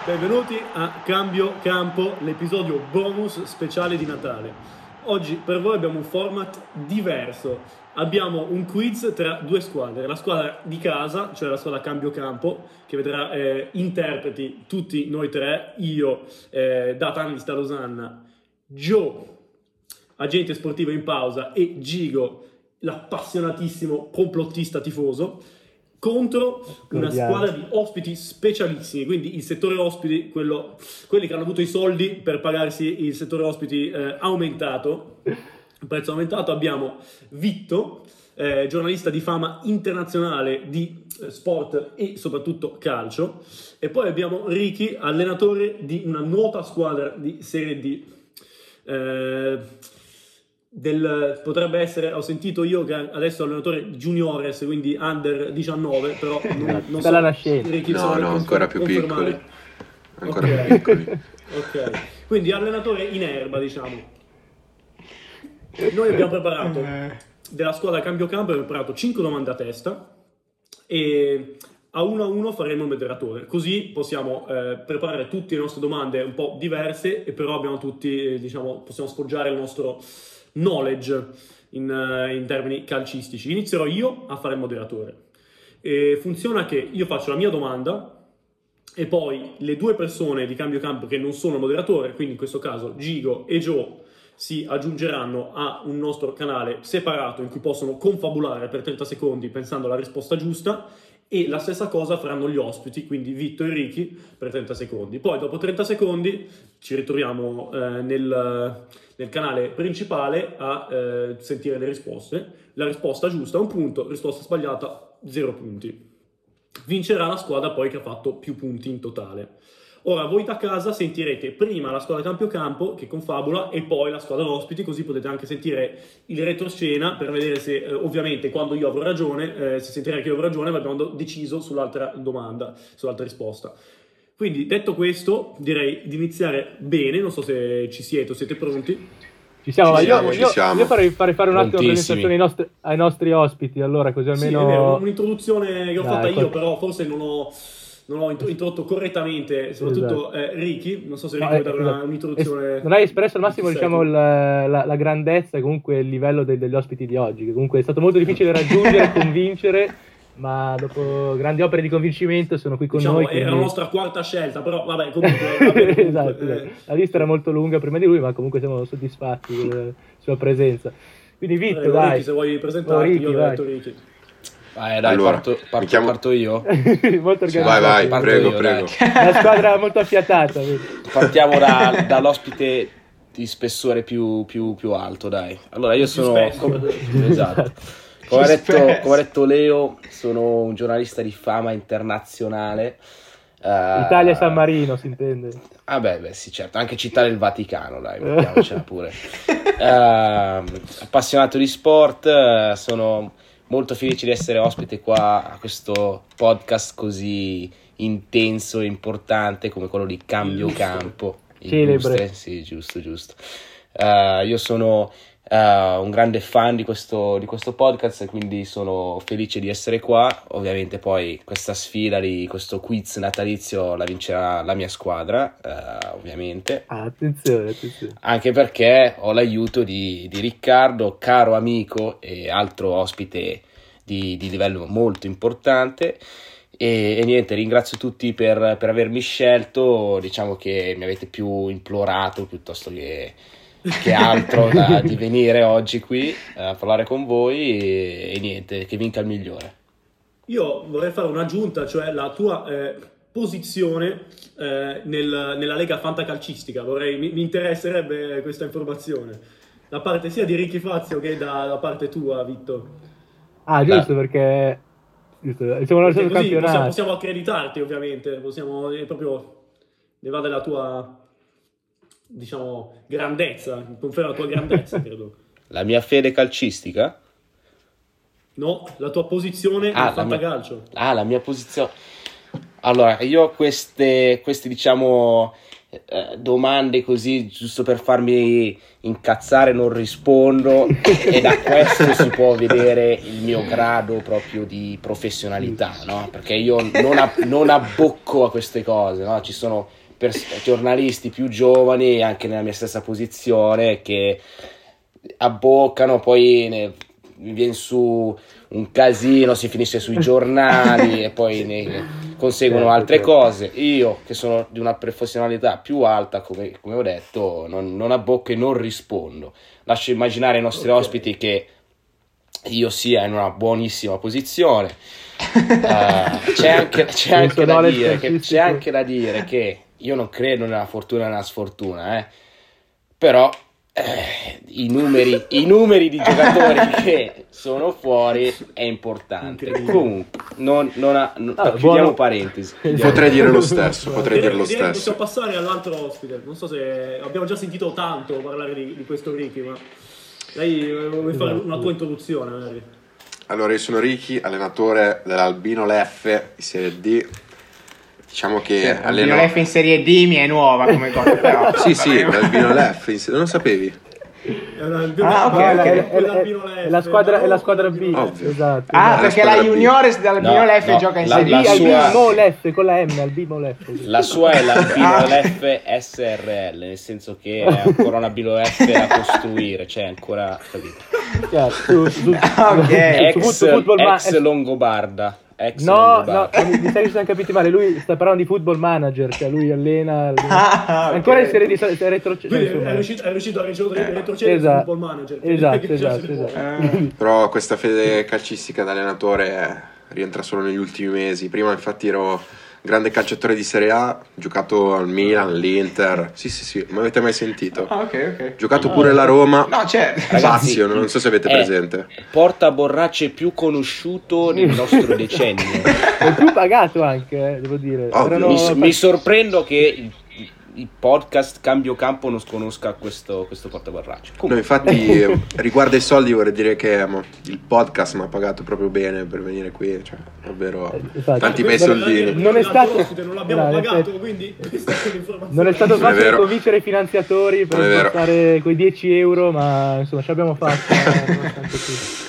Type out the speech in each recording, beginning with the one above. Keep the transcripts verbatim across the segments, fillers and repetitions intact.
Benvenuti a Cambio Campo, l'episodio bonus speciale di Natale. Oggi per voi abbiamo un format diverso. Abbiamo un quiz tra due squadre, la squadra di casa, cioè la squadra Cambio Campo, che vedrà eh, interpreti tutti noi tre, io, eh, Data Analyst a Losanna, Joe, agente sportivo in pausa, e Gigo, l'appassionatissimo complottista tifoso, contro una squadra di ospiti specialissimi, quindi il settore ospiti, quello, quelli che hanno avuto i soldi per pagarsi il settore ospiti eh, aumentato, il prezzo aumentato. Abbiamo Vitto, eh, giornalista di fama internazionale di eh, sport e soprattutto calcio, e poi abbiamo Ricky, allenatore di una nota squadra di Serie D. Eh, Del, potrebbe essere, ho sentito io che adesso è allenatore juniores, quindi under diciannove, però non, non so, Ricky, no, no, ancora più piccoli, ancora okay. più piccoli. Ok, quindi allenatore in erba, diciamo. Noi abbiamo preparato della squadra Cambio Campo, abbiamo preparato cinque domande a testa e a uno a uno faremo il moderatore, così possiamo eh, preparare tutte le nostre domande un po' diverse, e però abbiamo tutti, eh, diciamo, possiamo sfoggiare il nostro knowledge in, uh, in termini calcistici. Inizierò io a fare il moderatore. E funziona che io faccio la mia domanda e poi le due persone di Cambio Campo che non sono moderatore, quindi in questo caso Gigo e Joe, si aggiungeranno a un nostro canale separato in cui possono confabulare per trenta secondi pensando alla risposta giusta, e la stessa cosa faranno gli ospiti, quindi Vitto e Ricky, per trenta secondi. Poi dopo trenta secondi ci ritroviamo eh, nel, nel canale principale a eh, sentire le risposte. La risposta giusta un punto, risposta sbagliata zero punti. Vincerà la squadra poi che ha fatto più punti in totale. Ora voi da casa sentirete prima la squadra Cambio Campo che confabula e poi la squadra ospiti, così potete anche sentire il retroscena per vedere se eh, ovviamente quando io avrò ragione, eh, se sentirete che io avrò ragione, ma abbiamo deciso sull'altra domanda, sull'altra risposta. Quindi detto questo direi di iniziare bene, non so se ci siete o siete pronti. Ci siamo, ci io, siamo, io, ci siamo. io farei, farei fare un attimo la presentazione ai nostri, ai nostri ospiti, allora così almeno... Sì, è vero, un'introduzione che ho Dai, fatta qual... io, però forse non ho... non ho introdotto correttamente, soprattutto esatto. eh, Ricky, non so se Ricky no, vuoi dare esatto. una, un'introduzione. Es- non hai espresso al massimo, diciamo, il, la, la grandezza e comunque il livello de- degli ospiti di oggi, che comunque è stato molto difficile raggiungere, convincere, ma dopo grandi opere di convincimento sono qui con diciamo, noi. Era quindi... la nostra quarta scelta, però vabbè, comunque... Vabbè, comunque esatto, eh. La lista era molto lunga prima di lui, ma comunque siamo soddisfatti della sua presenza. Quindi Vitto, Prego, dai. Ricky, se vuoi presentarti, Ricky, io ho vai. detto Ricky. Vai, dai, allora, parto, parto, chiamo... parto io. Molto vai, vai, parto prego, io, prego. La squadra molto affiatata. Partiamo da, dall'ospite di spessore più, più, più alto, dai. Allora, io sono... Com- esatto. Come ha, detto, come ha detto Leo, sono un giornalista di fama internazionale. Uh, Italia e San Marino, si intende. Ah beh, beh, sì, certo, anche Città del Vaticano, dai, mettiamocela pure. Uh, appassionato di sport, uh, sono molto felice di essere ospite qua a questo podcast così intenso e importante come quello di Cambio Campo. Celebre. Sì, giusto, giusto. Uh, io sono uh, un grande fan di questo, di questo podcast, e quindi sono felice di essere qua. Ovviamente poi questa sfida di questo quiz natalizio la vincerà la mia squadra, uh, ovviamente. Ah, attenzione, attenzione. Anche perché ho l'aiuto di, di Riccardo, caro amico e altro ospite di, di livello molto importante. E, e niente, ringrazio tutti per, per avermi scelto. Diciamo che mi avete più implorato piuttosto che, che altro da, di venire oggi qui a parlare con voi, e, e niente, che vinca il migliore. Io vorrei fare un'aggiunta, cioè la tua eh, posizione eh, nel, nella lega fantacalcistica. Vorrei, mi, mi interesserebbe questa informazione, da parte sia di Ricky Fazio che da, da parte tua, Vitto. Ah, giusto, da. perché giusto, siamo nello stesso campionato. Possiamo, possiamo accreditarti, ovviamente, possiamo, è proprio, ne va della tua, diciamo, grandezza, conferma la tua grandezza, credo. La mia fede calcistica? No, la tua posizione ah, nel fantacalcio. Mia, ah, la mia posizione. Allora, io queste, queste diciamo, eh, domande così, giusto per farmi incazzare, non rispondo, e da questo si può vedere il mio grado proprio di professionalità, no? Perché io non, ab- non abbocco a queste cose, no? Ci sono pers- giornalisti più giovani, anche nella mia stessa posizione, che abboccano, poi ne, viene su un casino, si finisce sui giornali e poi ne conseguono certo, altre certo. cose. Io, che sono di una professionalità più alta, come, come ho detto, non, non abbocco e non rispondo. Lascio immaginare ai nostri Ok. ospiti che io sia in una buonissima posizione. Uh, c'è anche, c'è anche da dire che c'è anche da dire che io non credo nella fortuna e nella sfortuna, eh. Però eh, i numeri i numeri di giocatori che sono fuori è importante. Incredibile. Comunque non, non ha, non, Ah, chiudiamo buono. parentesi chiudiamo. Potrei dire lo stesso, potrei Direi, dire lo direi che stesso. possiamo passare all'altro ospite. Non so se abbiamo già sentito tanto parlare di, di questo Ricky, ma lei eh, vuoi fare una tua introduzione magari? Allora, io sono Ricky, allenatore dell'Albino Leffe di Serie D. Diciamo che Cioè, alleno... Albino Leffe in Serie D mi è nuova come cosa, però. Sì, sì, l'Albino Leffe, in se- non lo sapevi? È, una, Ah, ok, No, è, la- ok. è- è- è la squadra, è la squadra B. Ovvio. Esatto. Ah, la perché la squadra B. Juniores dell'Albino No, Leffe no, gioca in la- Serie la D. sua- Albimo Leffe con la M, Albimo Leffe. La sua è l'Albino Ah. Leffe S R L, nel senso che è ancora un Albino Leffe da costruire, cioè ancora, capito? Chiaro, su, su, Ok. su, Ex, su football ma- ex Longobarda. Ex No, no, Longobarda. mi mi sa che ci siamo capiti male. Lui sta parlando di football manager, cioè lui allena. Ah, ok. Ancora in serie di retrocessione. Quindi è, insomma. riuscito, è riuscito a retrocedere retrocedere sul Esatto, football manager. esatto, Che già esatto, si può. esatto. Però questa fede calcistica da allenatore eh, rientra solo negli ultimi mesi. Prima infatti ero grande calciatore di Serie A, ho giocato al Milan, all'Inter. Sì, sì, sì, ma avete mai sentito? Ah, ok, ok. Ho giocato pure alla Roma. No, certo. Ragazzi, Lazio, non so se avete è presente. porta borracce più conosciuto del nostro decennio. È più pagato anche, eh, devo dire. Ovvio. Erano- Mi, mi sorprendo che il, il podcast Cambio Campo non conosca questo, questo porta borracce. No, infatti, eh, riguardo ai soldi vorrei dire che eh, il podcast mi ha pagato proprio bene per venire qui, cioè, davvero Infatti. tanti bei Questo soldini. Non è l'altro stato- ospite non l'abbiamo no, in pagato, effetti- quindi questa è l'informazione. Non è stato Non è facile vero. convincere i finanziatori per Non è vero. portare quei dieci euro, ma insomma ce l'abbiamo fatta. eh, nonostante tutto.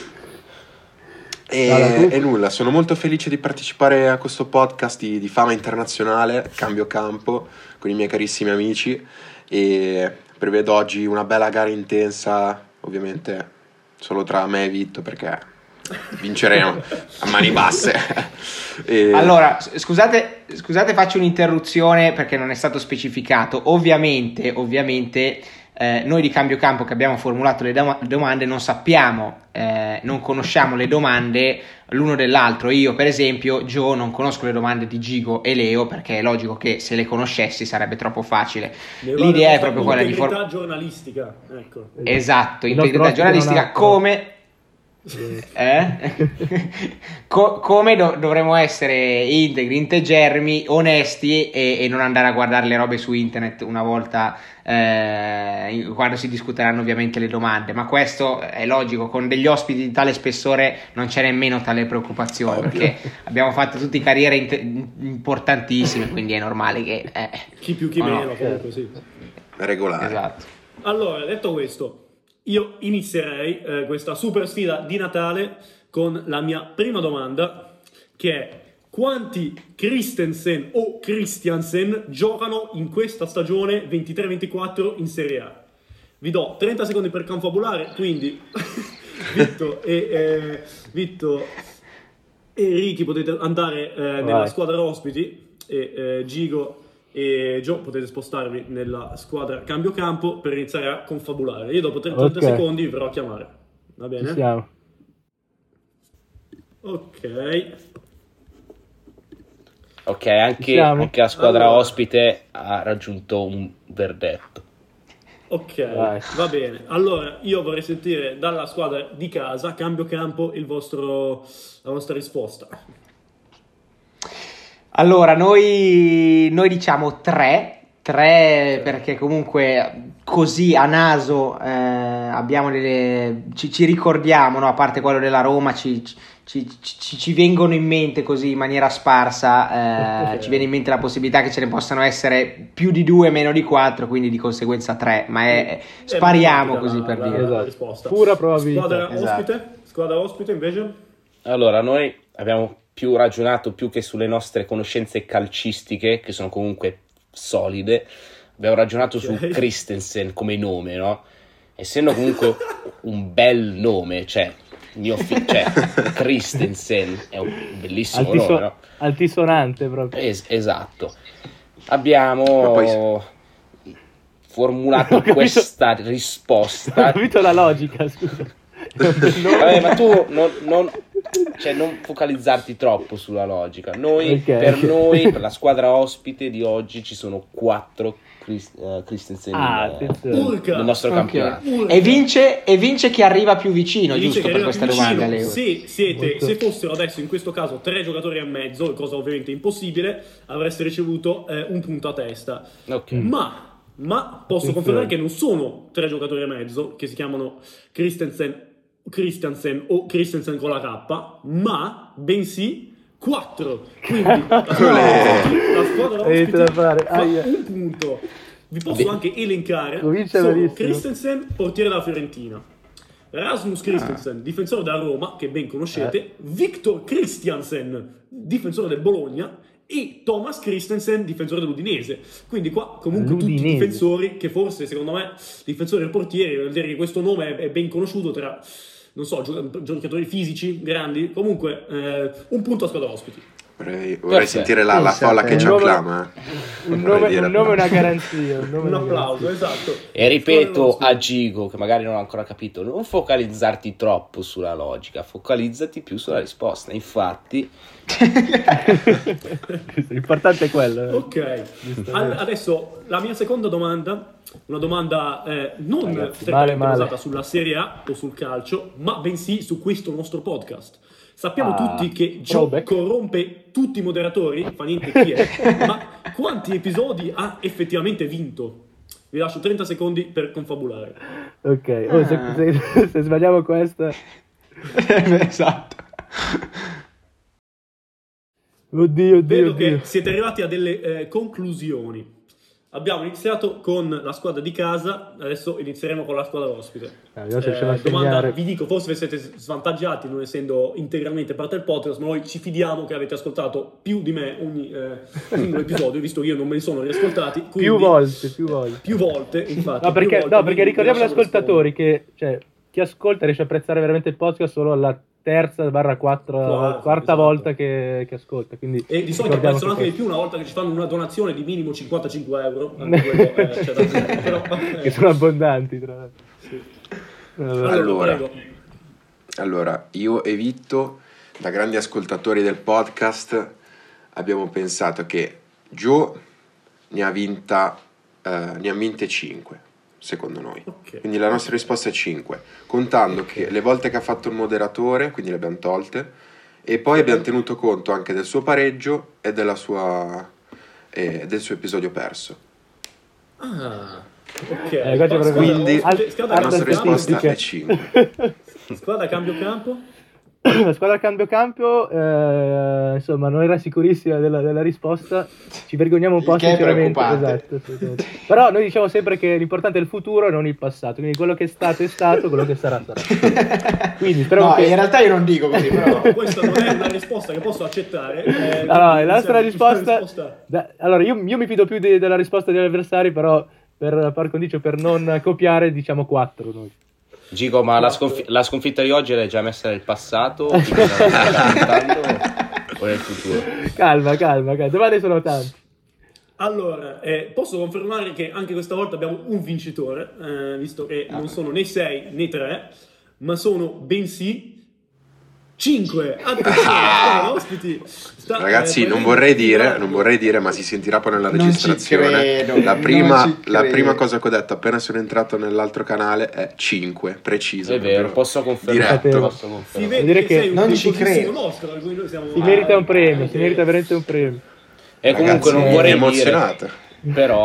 E, Guarda, tu- e nulla, sono molto felice di partecipare a questo podcast di, di fama internazionale, Cambio Campo, con i miei carissimi amici, e prevedo oggi una bella gara intensa, ovviamente solo tra me e Vitto, perché vinceremo a mani basse. E- Allora, s- scusate, scusate, faccio un'interruzione perché non è stato specificato. Ovviamente, ovviamente, eh, noi di Cambio Campo che abbiamo formulato le dom- domande non sappiamo, eh, non conosciamo le domande l'uno dell'altro. Io, per esempio, Gio, non conosco le domande di Gigo e Leo, perché è logico che se le conoscessi sarebbe troppo facile. Deve avere L'idea è questa proprio quella di integrità for- giornalistica, ecco. Esatto, Il nostro integrità ospite non giornalistica ha- come... Eh? Co- come do- dovremmo essere integri, integerrimi, onesti e-, e non andare a guardare le robe su internet una volta eh, in- quando si discuteranno ovviamente le domande, ma questo è logico, con degli ospiti di tale spessore non c'è nemmeno tale preoccupazione. Ovvio. Perché abbiamo fatto tutte carriere inte- importantissime, quindi è normale che eh, Chi più chi Oh, no. meno, comunque sì. regolare. esatto. Allora, detto questo, io inizierei eh, questa super sfida di Natale con la mia prima domanda, che è: quanti Christensen o Christiansen giocano in questa stagione ventitré ventiquattro in Serie A? Vi do trenta secondi per confabulare, quindi Vitto e, eh, Vitto e Ricky potete andare eh, nella Vai. squadra ospiti e eh, Gigo e Gio potete spostarvi nella squadra cambio campo per iniziare a confabulare. Io dopo trenta Ok. secondi vi verrò a chiamare. Va Ci bene? siamo. Ok. Ok, anche, Siamo. anche la squadra Allora. ospite ha raggiunto un verdetto. Ok, Vai. va bene. Allora, io vorrei sentire dalla squadra di casa, cambio campo, il vostro, la vostra risposta. Allora, noi, noi diciamo tre, tre perché comunque così a naso eh, abbiamo delle, ci, ci ricordiamo, no? A parte quello della Roma, ci, ci, ci, ci vengono in mente così in maniera sparsa, eh, Ok. ci viene in mente la possibilità che ce ne possano essere più di due, meno di quattro, quindi di conseguenza tre, ma è, spariamo Eh, così la- per la- dire. la Esatto. risposta. Pura probabilità. Squadra Esatto. ospite? Squadra ospite invece? Allora, noi abbiamo più ragionato più che sulle nostre conoscenze calcistiche, che sono comunque solide, abbiamo ragionato Ok. su Christensen come nome, no? Essendo comunque un bel nome, cioè mio fi- cioè Christensen è un bellissimo Altiso- nome, no? Altisonante proprio. Es- esatto. Ma Abbiamo poi- formulato Ho capito- questa Ho risposta. capito la logica, scusa. Vabbè, ma tu non, non- cioè, non focalizzarti troppo sulla logica. Noi, Ok. per noi, per la squadra ospite di oggi, ci sono quattro Chris- eh, Christensen Ah, eh, attenzione. Urca. nel nostro Ok. campionato. E vince, e vince chi arriva più vicino, Dice giusto che per arriva questa più domanda, vicino. Leo. Se siete, Molto. se fossero adesso in questo caso tre giocatori e mezzo, cosa ovviamente impossibile, avreste ricevuto eh, un punto a testa. Ok. Ma, ma posso Attenzione. confermare che non sono tre giocatori e mezzo, che si chiamano Christensen, Christensen o Christensen con la K, ma bensì quattro. Quindi la squadra, la squadra Hai niente da ospite fare. fa Aia. un punto. Vi posso Beh. anche elencare. Comincia Sono malissimo. Christensen, portiere della Fiorentina. Rasmus Christensen, difensore da Roma, che ben conoscete. Victor Christiansen, difensore del Bologna. E Thomas Christensen, difensore dell'Udinese. Quindi qua comunque tutti L'Udinese. difensori che forse, secondo me, difensori e portieri, vuol dire che questo nome è ben conosciuto tra, non so, gio- giocatori fisici, grandi. Comunque, eh, un punto a squadra ospiti. Vorrei, vorrei Perfetto. sentire la, la Pensa folla te. che ci Un nome- acclama. eh. Un Vorrei nome, dire. un nome è una garanzia. Un, nome Un è una applauso, garanzia. esatto. E ripeto Squadra a ospiti. Gigo, che magari non ha ancora capito, non focalizzarti troppo sulla logica, focalizzati più sulla risposta. Infatti, L'importante è quello. eh. Ok, Al- adesso la mia seconda domanda, una domanda eh, non Ragazzi, strettamente male, male. basata sulla Serie A o sul calcio, ma bensì su questo nostro podcast. Sappiamo Ah, tutti che Gio throwback. corrompe tutti i moderatori, fa niente chi è, ma quanti episodi ha effettivamente vinto? Vi lascio trenta secondi per confabulare. Ok, oh, se, Ah. se- se sbagliamo questa... Esatto. Oddio, oddio, Vedo oddio. che siete arrivati a delle eh, conclusioni. Abbiamo iniziato con la squadra di casa, adesso inizieremo con la squadra ospite. Ah, vediamo se riusciamo a Eh, domanda, segnare. vi dico, forse siete svantaggiati non essendo integralmente parte del podcast, ma noi ci fidiamo che avete ascoltato più di me ogni eh, singolo episodio, visto che io non me li sono riascoltati. Quindi, Più volte, più volte. Più volte, infatti. No, più perché, volte, no, perché vi- ricordiamo vi agli lasciamo ascoltatori che cioè, chi ascolta riesce a apprezzare veramente il podcast solo alla terza barra quattro, Quarta, quarta esatto. volta che, che ascolta. Quindi E di solito ricordiamo apprezzano anche di che, più una volta che ci fanno una donazione di minimo cinquantacinque euro. Anche quello, eh, c'è da dire, però, eh, che sono abbondanti. Tra l'altro. sì. Allora, Allora. prego. Allora, io e Vitto, da grandi ascoltatori del podcast, abbiamo pensato che Joe ne ha vinta, eh, ne ha vinte cinque, secondo noi. Ok. Quindi la nostra risposta è cinque, contando che le volte che ha fatto il moderatore, quindi le abbiamo tolte, e poi abbiamo tenuto conto anche del suo pareggio e della sua, eh, del suo episodio perso. Ah, ok. Eh, qua ci Squadra vorrebbe- Quindi ospite, squadra la altre nostra cambio risposta campo, è cinque. squadra cambio campo. la squadra al cambio campo, eh, insomma, non era sicurissima della, della risposta. Ci vergogniamo un po', Il che è sinceramente. preoccupante. Esatto, sì, sì. Però noi diciamo sempre che l'importante è il futuro e non il passato. Quindi quello che è stato è stato, quello che sarà sarà. Quindi spero No, che in realtà io non dico così, però. No, questa non è una risposta che posso accettare. eh, No, no, quindi la nostra iniziamo con risposta, da- allora io, io mi fido più di- della risposta degli avversari, però per par condicio, per non copiare, diciamo quattro noi. Gigo, ma la, sconfi- la sconfitta di oggi l'hai già messa nel passato? O ti stai raccontando, o nel futuro? Calma, calma, calma. Domande sono tante. Allora, eh, posso confermare che anche questa volta abbiamo un vincitore, eh, visto che non sono né sei né tre, ma sono bensì cinque. Attenzione, ospiti. Sta, Ragazzi, eh, non vorrei dire, Leonardo. non vorrei dire, ma si sentirà poi nella Non ci registrazione. credo, la non prima, ci la credo. prima cosa che ho detto appena sono entrato nell'altro canale è cinque, preciso. È vero, proprio posso confermare. diretto. Posso Si confermare. vede dire che, che sei un non ci tifosissimo credo. nostro, quindi noi siamo- Si merita un Ah, premio, si eh, merita veramente un premio. E comunque Ragazzi, non è vorrei emozionato. dire, però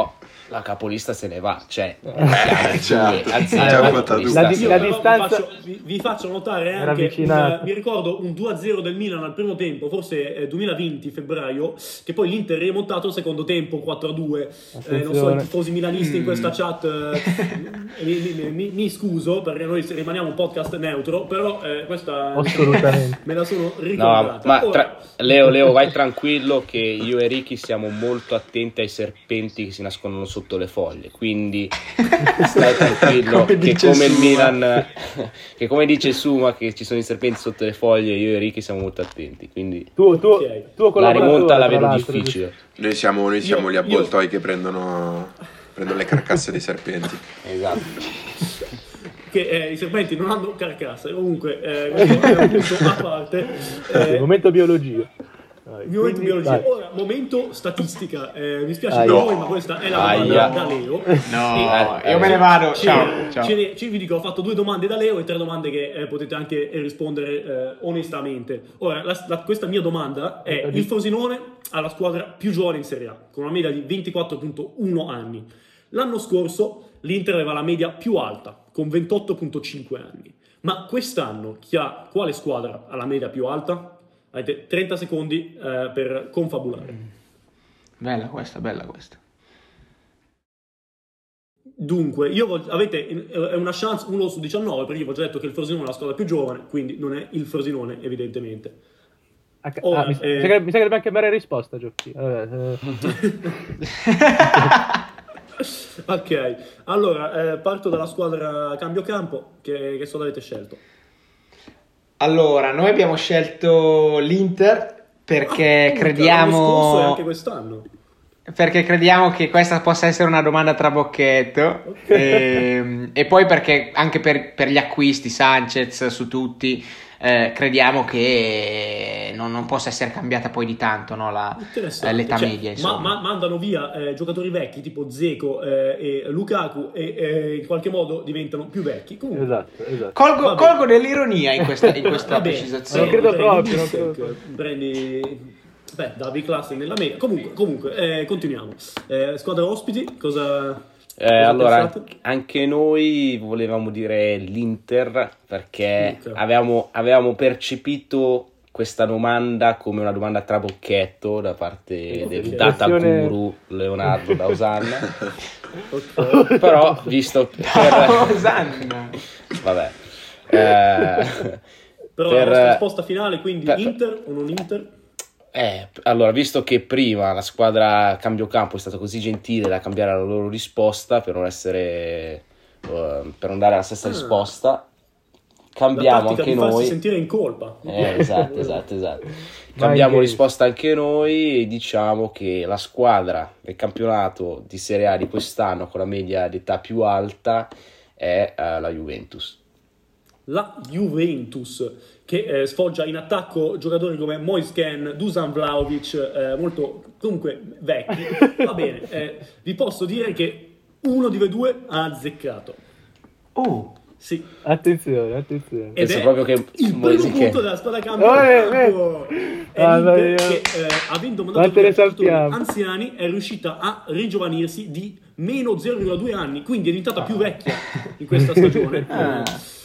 la capolista se ne va, cioè Eh, certo. anzi, Già la quota capolista La di- se la ne va. Però distanza- vi faccio, vi, vi faccio notare Era anche avvicinato. un, mi ricordo un due a zero del Milan al primo tempo, forse eh, duemilaventi febbraio, che poi l'Inter è rimontato al secondo tempo quattro a due. Eh, non so, i Attenzione. tifosi milanisti in questa chat eh, mi, mi- mi- mi scuso perché noi rimaniamo un podcast neutro, però eh, questa Assolutamente. me la sono No, ricordata. ma Ora- tra- Leo, Leo, vai tranquillo che io e Ricky siamo molto attenti ai serpenti che si nascondono sotto le foglie, quindi stai tranquillo Come che dice come il Suma. Milan, che come dice Suma che ci sono i serpenti sotto le foglie, io e Ricky siamo molto attenti, quindi Tu, tu, Ok. tuo la collaboratore, rimonta la tra vedo l'altro, difficile. Noi siamo, noi siamo Io- gli avvoltoi che prendono, prendono le carcasse dei serpenti. Esatto. che eh, i serpenti non hanno carcassa, comunque eh, questo è un punto a parte. Eh, Eh, momento biologia. Vai, momento quindi- biologia. vai. Ora, momento statistica. Eh, mi spiace Aia. per voi, ma questa è la domanda Aia. da Leo. No, Eh, io me ne vado. Ciao. Ce- ciao. ce ne- ce- vi dico, ho fatto due domande da Leo e tre domande che eh, potete anche eh, rispondere eh, onestamente. Ora, la- la- questa mia domanda è: il Frosinone ha la squadra più giovane in Serie A, con una media di ventiquattro virgola uno anni. L'anno scorso l'Inter aveva la media più alta, con ventotto virgola cinque anni. Ma quest'anno chi ha, quale squadra ha la media più alta? Avete trenta secondi eh, per confabulare. Bella questa, bella questa. Dunque, io voglio, avete è una chance uno su diciannove, perché io vi ho già detto che il Frosinone è la squadra più giovane, quindi non è il Frosinone, evidentemente. Ah, ca- Ora, ah, mi, eh, mi sa che, mi sa che dobbiamo cambiare risposta, Giochi. Vabbè, eh. Ok, allora eh, parto dalla squadra cambio campo. Che, che squadra avete scelto? Allora, noi abbiamo scelto l'Inter perché Ah, l'anno scorso e crediamo anche quest'anno. perché crediamo che questa possa essere una domanda trabocchetto e, e poi perché anche per, per gli acquisti Sanchez su tutti eh, crediamo che non, non possa essere cambiata poi di tanto, no, la, Interessante. eh, l'età Cioè, media, ma, insomma. ma- mandano via eh, giocatori vecchi tipo Dzeko eh, e Lukaku e eh, in qualche modo diventano più vecchi. Comunque, Esatto, esatto. Colgo, Va bene. colgo dell'ironia in questa, in questa Va bene. precisazione. Non credo Prendi proprio, non Bissek, credo prendi beh, David Klassen nella media. Comunque, comunque eh, continuiamo. Eh, squadra ospiti, cosa Eh, cosa allora, pensate? anche noi volevamo dire l'Inter perché Ok. avevamo, avevamo percepito questa domanda come una domanda a trabocchetto da parte Ok. del data Pressione- guru Leonardo da Osanna. Ok. Però, visto che Oh, per... Sanna. Vabbè. Eh, Però per- la nostra risposta finale, quindi per- Inter o non Inter? Eh, allora, visto che prima la squadra cambio campo è stata così gentile da cambiare la loro risposta per non essere eh, per non dare la stessa Ah. risposta, La cambiamo tattica anche di farsi noi. sentire in colpa. Eh, esatto, esatto, esatto. Cambiamo Vai, risposta anche noi e diciamo che la squadra del campionato di Serie A di quest'anno con la media d'età più alta è eh, la Juventus. La Juventus, che eh, sfoggia in attacco giocatori come Moisken, Dusan Vlahovic, eh, molto comunque vecchi. Va bene, eh, vi posso dire che uno di voi due ha azzeccato. Oh, Sì. Attenzione, attenzione. Ed Penso è proprio che il primo Moisken- punto della squadra cambio Oh, eh, campo. È Mamma l'Inter mia. che, eh, avendo mandato Quante via ne giocatori sappiamo? anziani, è riuscita a rigiovanirsi di meno zero virgola due anni, quindi è diventata più vecchia in questa stagione. Ah.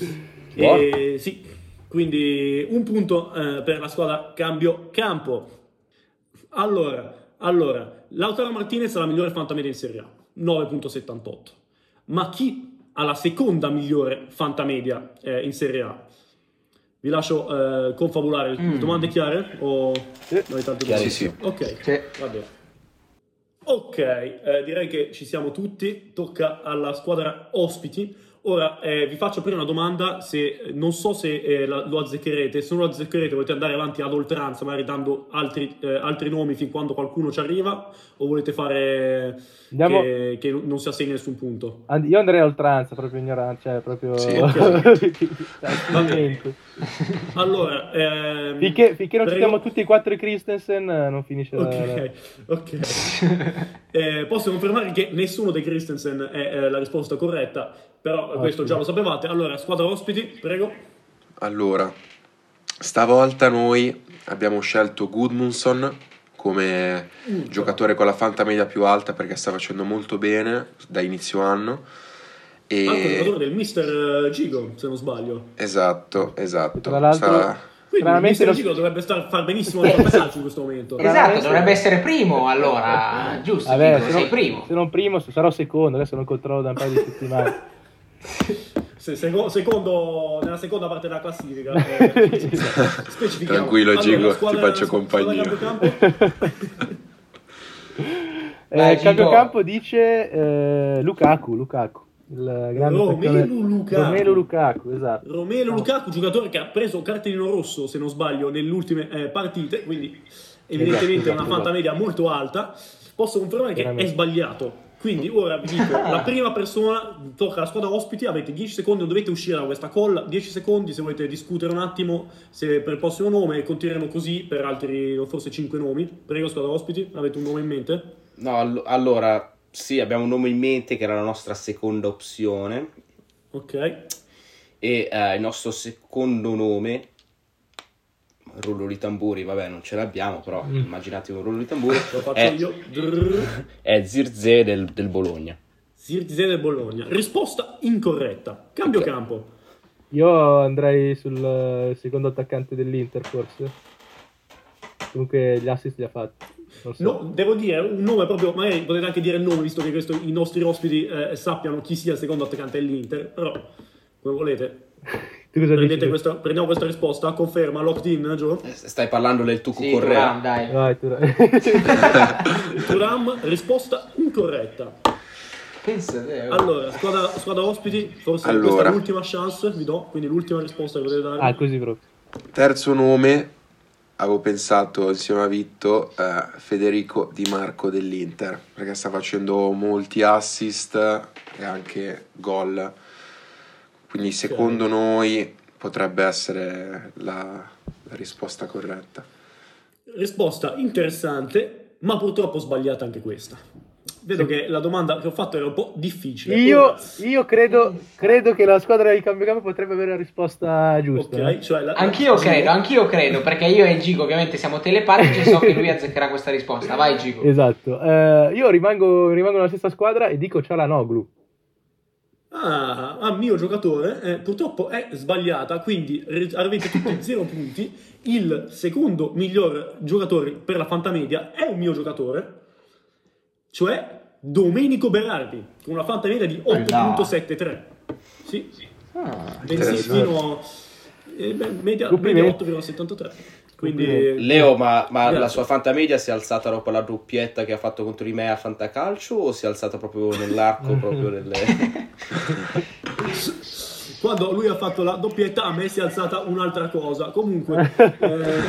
E, sì, quindi un punto eh, per la squadra cambio campo. Allora, allora Lautaro Martinez ha la migliore fantamedia in Serie A, nove virgola settantotto. Ma chi ha la seconda migliore fantamedia eh, in Serie A? Vi lascio eh, confabulare. Mm. Domande chiare? O Sì. non avete altre Chiare, domande? sì. Ok, sì. va bene. Ok, eh, direi che ci siamo tutti. Tocca alla squadra ospiti. Ora eh, vi faccio prima una domanda, se, non so se eh, la- lo azzeccherete, se non lo azzeccherete volete andare avanti ad oltranza, magari dando altri, eh, altri nomi fin quando qualcuno ci arriva, o volete fare Andiamo- che, che non si assegni nessun punto? And- io andrei a oltranza, proprio ignorante, cioè proprio... Sì, Assolutamente. Allora, ehm, Finché, finché non ci prego. siamo tutti e quattro i Christensen eh, non finisce la... Ok, ok. Eh, posso confermare che nessuno dei Christensen è eh, la risposta corretta, però questo già lo sapevate. Allora, squadra ospiti, prego. Allora, stavolta noi abbiamo scelto Gudmundsson come Mm, giocatore con la fantamedia più alta, perché sta facendo molto bene da inizio anno. Anche E giocatore del mister Gigo, se non sbaglio. esatto, esatto. Tra l'altro- Sta- Quindi il Stranamente mister lo- Gigo dovrebbe star, far benissimo il calcio in questo momento. Esatto, Veramente? dovrebbe essere primo allora, giusto, Vabbè, Gigo, se sei non, primo. se non primo, sarò secondo, adesso non controllo da un paio di settimane. Se- seco- secondo, nella seconda parte della classifica. Eh, specifichiamo. Tranquillo, Allora, Gigo, la squadra- ti faccio la squadra compagnia. Cambiocampo? Eh, Vai, il cambiocampo Gigo. dice eh, Lukaku, Lukaku, il grande Romelu attaccante- Lukaku. Romelu Lukaku, esatto. Romelu Lukaku, giocatore che ha preso cartellino rosso, se non sbaglio, nelle ultime eh, partite, quindi evidentemente esatto, una fantamedia molto alta. Posso confermare che Veramente. è sbagliato. Quindi ora vi dico, la prima persona tocca alla squadra ospiti, avete dieci secondi, non dovete uscire da questa call, dieci secondi se volete discutere un attimo se per il prossimo nome, continueremo così per altri, o forse cinque nomi. Prego, squadra ospiti, avete un nome in mente? No, all- allora, sì, abbiamo un nome in mente che era la nostra seconda opzione Ok. e eh, il nostro secondo nome, rullo di tamburi, vabbè non ce l'abbiamo, però immaginate un rullo di tamburi, Lo faccio è, io. Drrr. è Zirze del, del Bologna. Zirze del Bologna. Risposta incorretta. Cambio Ok. campo. Io andrei sul eh, secondo attaccante dell'Inter, forse. Comunque gli assist li ha fatti. Non so. No, devo dire un nome proprio, magari potete anche dire il nome, visto che questo, i nostri ospiti eh, sappiano chi sia il secondo attaccante dell'Inter, però come volete. Tu cosa Prendete dici? questa, prendiamo questa risposta, conferma, locked in, Gio? Eh, Stai parlando del Tucu Sì, Correa? Turam, dai. Vai, tu... Turam, risposta incorretta. Pensate, oh. Allora, squadra, squadra ospiti, forse Allora. questa è l'ultima chance, vi do, quindi l'ultima risposta che potete dare. ah, così proprio. Terzo nome, avevo pensato insieme a Vitto, eh, Federico Di Marco dell'Inter, perché sta facendo molti assist e anche gol. Quindi secondo noi potrebbe essere la, la risposta corretta. Risposta interessante, ma purtroppo sbagliata anche questa. Vedo che la domanda che ho fatto era un po' difficile. Io, Ora- io credo, credo che la squadra di cambiocampo potrebbe avere la risposta giusta. Ok, eh. cioè la- Anch'io credo, anch'io credo, perché io e Gigo ovviamente siamo telepatici e so che lui azzeccherà questa risposta. Vai Gigo. Esatto. Eh, io rimango, rimango nella stessa squadra e dico Çalhanoğlu. Ah, a mio giocatore, eh, purtroppo è sbagliata, quindi re- avete tutti zero punti. Il secondo miglior giocatore per la fantamedia è un mio giocatore, cioè Domenico Berardi, con una fantamedia di otto virgola settantatré. Sì, Ah, bensì interessante. fino eh, beh, media, Complimenti. media otto virgola settantatré. Quindi Complimenti. Leo, ma, ma Grazie. la sua fantamedia si è alzata dopo la doppietta che ha fatto contro di me a Fantacalcio o si è alzata proprio nell'arco proprio delle... quando lui ha fatto la doppietta a me si è alzata un'altra cosa. Comunque, eh,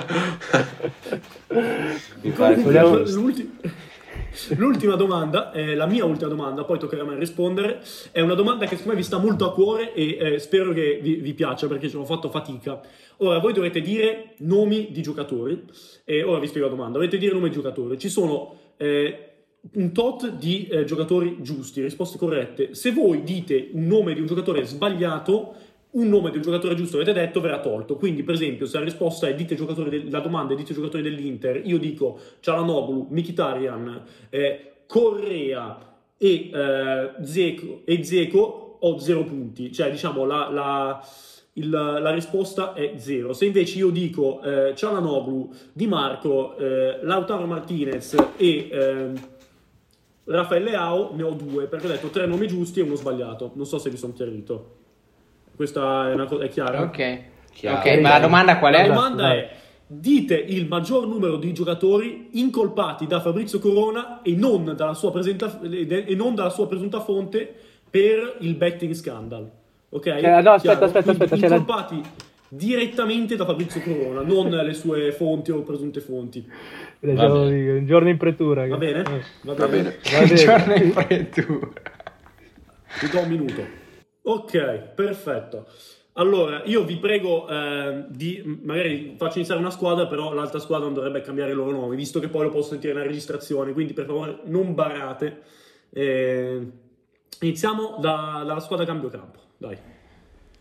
Mi pare comunque, Vogliamo- l'ulti- l'ultima domanda, eh, la mia ultima domanda, poi toccherà a me rispondere. È una domanda che secondo me vi sta molto a cuore e eh, spero che vi, vi piaccia perché ci ho fatto fatica. Ora, voi dovete dire nomi di giocatori. E ora vi spiego la domanda. Dovete dire nomi di giocatori. Ci sono eh, un tot di eh, giocatori giusti, risposte corrette. Se voi dite un nome di un giocatore sbagliato, un nome di un giocatore giusto avete detto verrà tolto. Quindi, per esempio, se la risposta è dite giocatori del- la domanda è dite giocatori dell'Inter, io dico Çalhanoğlu, Mkhitaryan, eh, Correa e eh, Dzeko, e Dzeko, ho zero punti. Cioè, diciamo, la, la, il- la risposta è zero. Se invece io dico eh, Çalhanoğlu, Di Marco, eh, Lautaro Martinez e eh, Rafael Leao, ne ho due, perché ho detto tre nomi giusti e uno sbagliato. Non so se vi sono chiarito. Questa è una cosa, è chiara? ok. Chiaro. Ok, ma la domanda qual La è? domanda Vai. è: dite il maggior numero di giocatori incolpati da Fabrizio Corona e non dalla sua, presenta- e non dalla sua presunta fonte per il betting scandal. Ok? Eh, no, aspetta, Chiaro? aspetta, Quindi aspetta, c'è la- incolpati direttamente da Fabrizio Corona, non le sue fonti o presunte fonti. Diciamo, bene. un giorno in pretura. Va bene? Eh, Va Va bene. bene. va Il bene. giorno in freddo. Ti do un minuto. Ok, perfetto. Allora, io vi prego eh, di, magari faccio iniziare una squadra, però l'altra squadra non dovrebbe cambiare i loro nomi, visto che poi lo posso sentire nella registrazione, quindi per favore non barate. Eh, iniziamo da- dalla squadra cambio campo, dai.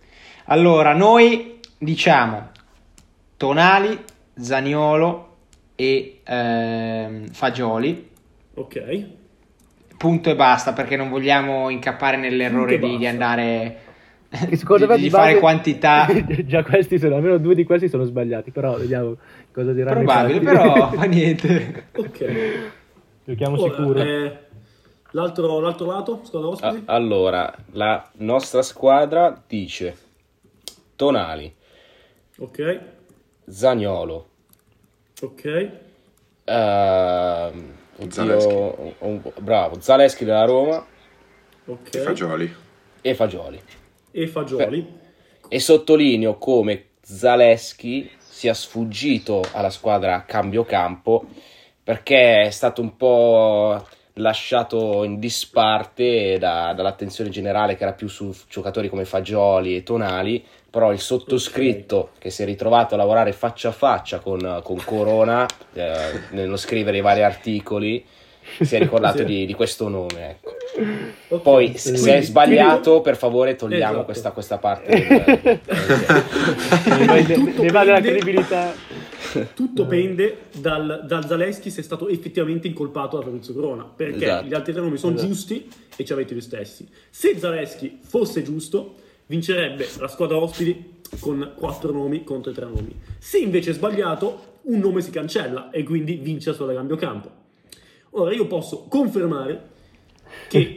Allora, noi diciamo Tonali, Zaniolo, e ehm, Fagioli. Ok. Punto e basta, perché non vogliamo incappare nell'errore di, di andare secondo di, me di di fare base- quantità. Già questi sono, almeno due di questi sono sbagliati, però vediamo cosa diranno. i Probabile, fatti. però fa niente. Ok. Giochiamo Ora, sicuro. eh, l'altro, l'altro lato, squadra Ah, ospiti? allora, la nostra squadra dice Tonali, Ok, Zaniolo, ok, ehm, oddio, Zaleschi. un- un- bravo, Zaleschi della Roma ok. E Fagioli. e Fagioli. E Fagioli. E sottolineo come Zaleschi sia sfuggito alla squadra a cambio campo perché è stato un po' lasciato in disparte da- dall'attenzione generale che era più su giocatori come Fagioli e Tonali, però il sottoscritto che si è ritrovato a lavorare faccia a faccia con, con Corona eh, nello scrivere i vari articoli si è ricordato Sì. di, di questo nome, ecco. Ok. Poi se, Quindi- se è sbagliato, quindi- per favore togliamo Esatto. questa, questa parte del- Ne va- ne- tutto ne va della pende- credibilità. Tutto pende dal, dal Zaleschi se è stato effettivamente incolpato da Fabrizio Corona, perché Esatto. gli altri tre nomi sono Esatto. giusti e ci avete gli stessi. Se Zaleschi fosse giusto, vincerebbe la squadra ospiti con quattro nomi contro i tre nomi. Se invece è sbagliato, un nome si cancella e quindi vince la squadra cambio campo. Ora io posso confermare che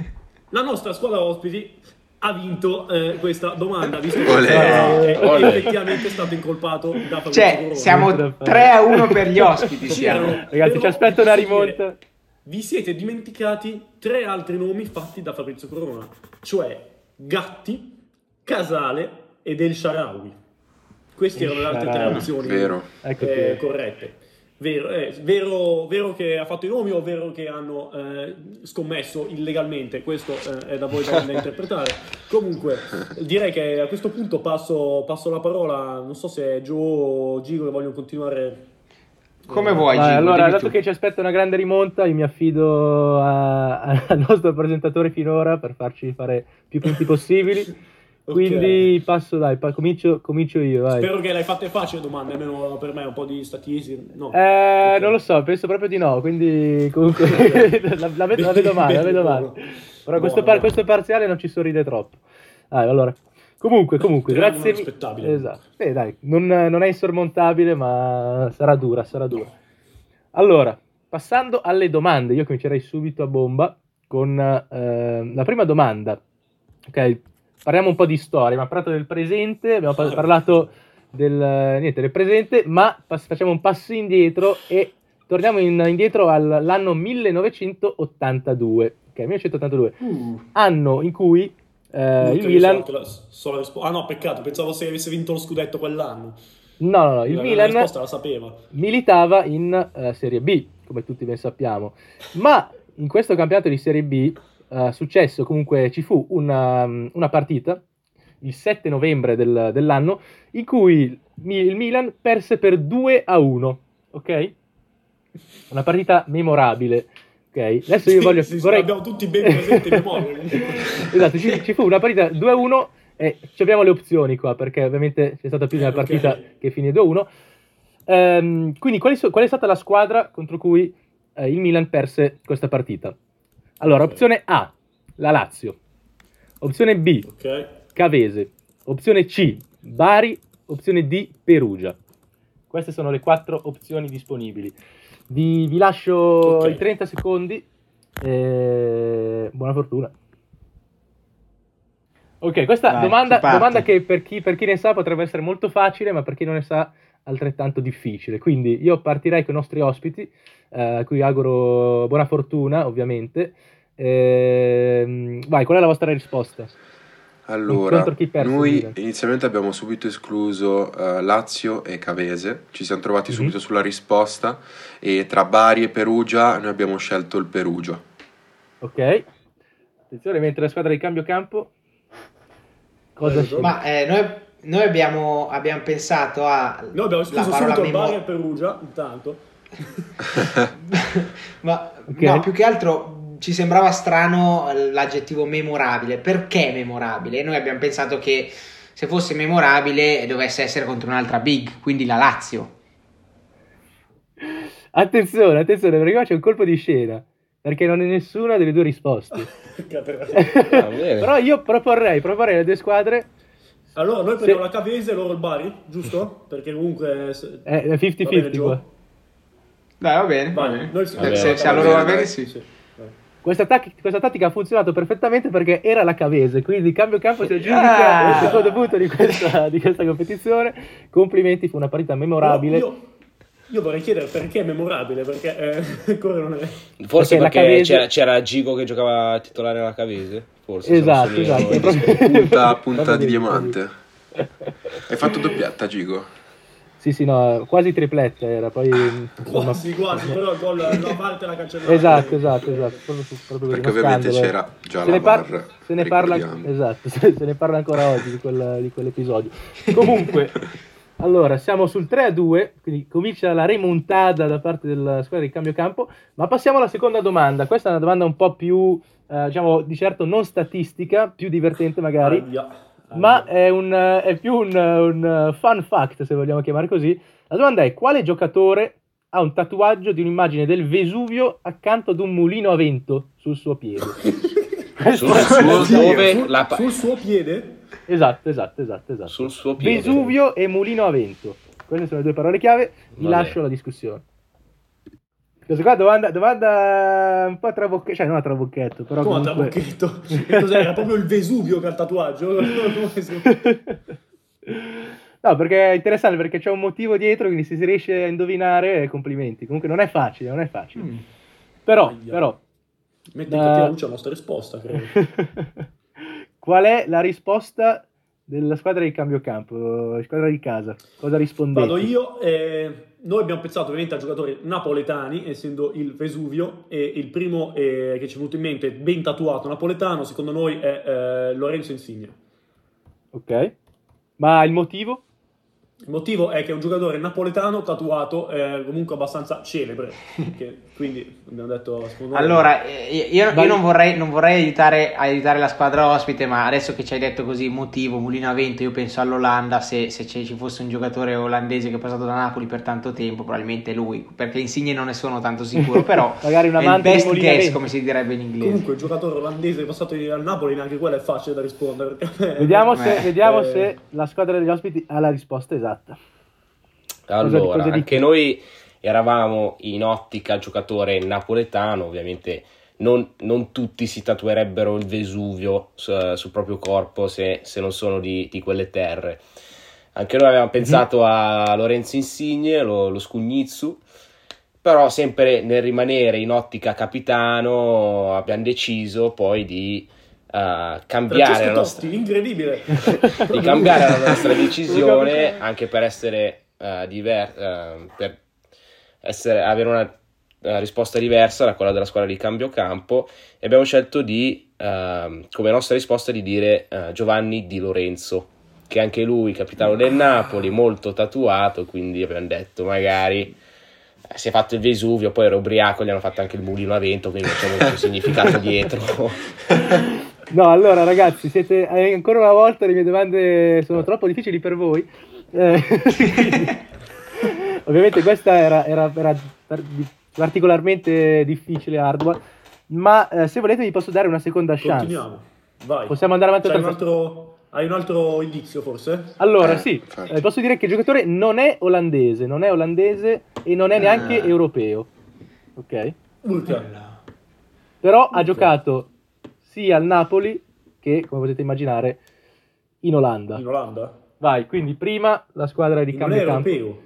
la nostra squadra ospiti ha vinto eh, questa domanda, visto che Olè. è Olè. effettivamente stato incolpato da Fabrizio Cioè, Corona. siamo tre a uno per gli ospiti. Sì, Siamo. però- Ragazzi, ci però aspetta una posso dire, rimonta. Vi siete dimenticati tre altri nomi fatti da Fabrizio Corona, cioè Gatti, Casale ed El Shaarawy. Queste erano le altre tre Shaarawy. opzioni Vero. Ecco eh, che- corrette. Vero, eh, vero, vero che ha fatto i nomi o vero che hanno eh, scommesso illegalmente? Questo eh, è da voi da, da interpretare. Comunque, direi che a questo punto passo, passo la parola. Non so se Gio o Gigo che vogliono continuare. Come vuoi, Vai, Gigo, allora, dimmi dato tu. che ci aspetta una grande rimonta, io mi affido a- a- al nostro presentatore finora per farci fare più punti possibili. Quindi passo, dai, pa- comincio, comincio io, vai. Spero che l'hai fatte facili domande, almeno per me un po' di statistica. No. Eh, Ok. non lo so, penso proprio di no, quindi comunque la, la vedo, la vedo male, la vedo male. Però questo, par- questo parziale non ci sorride troppo. Dai, allora, comunque, comunque, Speriamo grazie non mille. aspettabile. Esatto. Eh, dai, non, non è insormontabile, ma sarà dura, sarà dura. Allora, passando alle domande, io comincerei subito a bomba con eh, la prima domanda. Ok, parliamo un po' di storia, abbiamo parlato del presente, abbiamo pa- parlato del, niente, del presente, ma pass- facciamo un passo indietro e torniamo in- indietro all'anno millenovecentottantadue. Ok, millenovecentottantadue, Uh, anno in cui eh, il urca, Milan... io so la- so la rispo- ah no, peccato, pensavo se avesse vinto lo scudetto quell'anno. No, no, no, il la, la Milan risposta la sapeva. militava in eh, Serie B, come tutti ben sappiamo, ma in questo campionato di Serie B eh, successo comunque ci fu una, una partita il sette novembre del- dell'anno in cui mi- il Milan perse per due a uno, ok? Una partita memorabile, ok? Adesso io Sì, voglio... sì, sì, vorrei... abbiamo tutti ben presente in memoria. Esatto, ci, ci fu una partita due a uno e ci abbiamo le opzioni qua perché ovviamente c'è stata più di una Eh, ok. partita che finì due a uno. Ehm, quindi quali so- qual è stata la squadra contro cui eh, il Milan perse questa partita? Allora, Ok. opzione A, la Lazio. Opzione B, Ok. Cavese. Opzione C, Bari. Opzione D, Perugia. Queste sono le quattro opzioni disponibili. Vi, vi lascio Ok. i trenta secondi. E buona fortuna. Ok, questa Vai, domanda, si parte. domanda che per chi, per chi ne sa potrebbe essere molto facile, ma per chi non ne sa altrettanto difficile. Quindi io partirei con i nostri ospiti, eh, a cui auguro buona fortuna, ovviamente. Ehm, vai, qual è la vostra risposta? Allora, Contro chi perse il noi Milan? inizialmente abbiamo subito escluso eh, Lazio e Cavese, ci siamo trovati Mhm. subito sulla risposta e tra Bari e Perugia noi abbiamo scelto il Perugia. Ok. Attenzione, mentre la squadra di cambio campo... Cosa Prego. sceglie? Ma eh, noi, noi abbiamo, abbiamo pensato a Noi abbiamo la escluso parola subito il memo- Bari e Perugia, intanto. Ma Ok. no, più che altro ci sembrava strano eh, l'aggettivo memorabile. Perché memorabile? Noi abbiamo pensato che se fosse memorabile dovesse essere contro un'altra big, quindi la Lazio. Attenzione, attenzione, perché qua c'è un colpo di scena, perché non è nessuna delle due risposte. Ah, bene. Però io proporrei, proporrei le due squadre. Allora noi prendiamo Se- la Cavese e loro il Bari, giusto? Perché comunque... se- È va cinquanta bene, cinquanta Gio? qua. Dai, va bene. va Vai, bene. noi- Vabbè, se, se a va loro va bene, bene, dai. sì. Sì, vai. Questa, tac- questa tattica ha funzionato perfettamente perché era la Cavese, quindi cambio campo si aggiudica Ah! il secondo punto di questa, di questa competizione. Complimenti, fu una partita memorabile. Però Io, io vorrei chiedere perché è memorabile, perché eh, ancora non è... Forse Perché la perché Cavese- c'era, c'era Gigo che giocava titolare alla Cavese. Forse Esatto, sono solo io. esatto. è proprio- Punta, punta proprio di così. diamante. Hai fatto doppietta, Gigo? Sì, sì, no, quasi tripletta era, poi insomma- Quasi, quasi, però il gol la parte la cancellata. Esatto, esatto, esatto, proprio, proprio così, Perché uno ovviamente scandalo. c'era già se la ne, par- V A R, se ne parla, ricordiamo. esatto, se, se ne parla ancora oggi di, quel- di quell'episodio. Comunque, allora, siamo sul tre a due, quindi comincia la remontada da parte della squadra di cambio campo, ma passiamo alla seconda domanda. Questa è una domanda un po' più, eh, diciamo, di certo non statistica, più divertente magari, Aia, aia. ma è, un, eh, è più un, un fun fact, se vogliamo chiamare così. La domanda è: quale giocatore ha un tatuaggio di un'immagine del Vesuvio accanto ad un mulino a vento sul suo piede? Sul suo, Sul- dove la pa- sul suo piede? Esatto, esatto, esatto, esatto. sul suo piede. Vesuvio e mulino a vento. Queste sono le due parole chiave. Vi Va lascio bene. la discussione. Questa qua domanda, domanda un po' a trabocchetto, cioè non a trabocchetto, però Come a comunque... trabocchetto? Che cos'è? Era proprio il Vesuvio che ha il tatuaggio? No, perché è interessante, perché c'è un motivo dietro, quindi se si riesce a indovinare, complimenti. Comunque non è facile, non è facile. Mm. Però, Aia. però, Mette in Da- cattiva luce la nostra risposta, credo. qual è la risposta della squadra di cambio campo, squadra di casa? Cosa rispondete? Vado io. eh, noi abbiamo pensato ovviamente a giocatori napoletani, essendo il Vesuvio, e il primo eh, che ci è venuto in mente, ben tatuato napoletano, secondo noi è eh, Lorenzo Insigne. Ok. Ma il motivo? Il motivo è che è un giocatore napoletano tatuato, eh, comunque abbastanza celebre, che, quindi abbiamo detto... secondo noi- Allora, eh, io, io Vai. non vorrei, non vorrei aiutare, aiutare la squadra ospite, ma adesso che ci hai detto così, motivo, mulino a vento, io penso all'Olanda, se, se ci ci fosse un giocatore olandese che è passato da Napoli per tanto tempo, probabilmente lui, perché Insigne non ne sono tanto sicuro, però Magari un è il amante di best mulino a guess, vento. come si direbbe in inglese. Comunque il giocatore olandese passato al Napoli, neanche quello è facile da rispondere. Perché Vediamo, se, Eh, vediamo eh. se la squadra degli ospiti ha la risposta esatta. Allora, cosa dici? anche noi eravamo in ottica giocatore napoletano, ovviamente non, non tutti si tatuerebbero il Vesuvio su- sul proprio corpo se, se non sono di, di quelle terre. Anche noi avevamo pensato a Lorenzo Insigne, lo, lo Scugnizzu, però sempre nel rimanere in ottica capitano abbiamo deciso poi di eh, cambiare Francesco la nostra... Tosti, incredibile. di cambiare la nostra decisione anche per essere eh, diver- eh, per essere, avere una eh, risposta diversa da quella della squadra di cambio campo, e abbiamo scelto di eh, come nostra risposta di dire eh, Giovanni Di Lorenzo, che anche lui capitano del Napoli, molto tatuato, quindi abbiamo detto magari eh, si è fatto il Vesuvio, poi era ubriaco, gli hanno fatto anche il mulino a vento, quindi c'è molto significato dietro. No, allora ragazzi, siete eh, ancora una volta le mie domande sono troppo difficili per voi. Eh, quindi, ovviamente questa era, era, era par- di- particolarmente difficile e ardua, ma eh, se volete vi posso dare una seconda chance. Continuiamo. Vai. Possiamo andare avanti C'hai per un altro, hai un altro indizio forse? Allora, Eh, sì, infatti. eh, posso dire che il giocatore non è olandese, non è olandese e non è neanche Ah. europeo, ok? Urca. Però ha giocato sia al Napoli che, come potete immaginare, in Olanda. In Olanda? Vai, quindi prima la squadra di Non è cambio campo. europeo.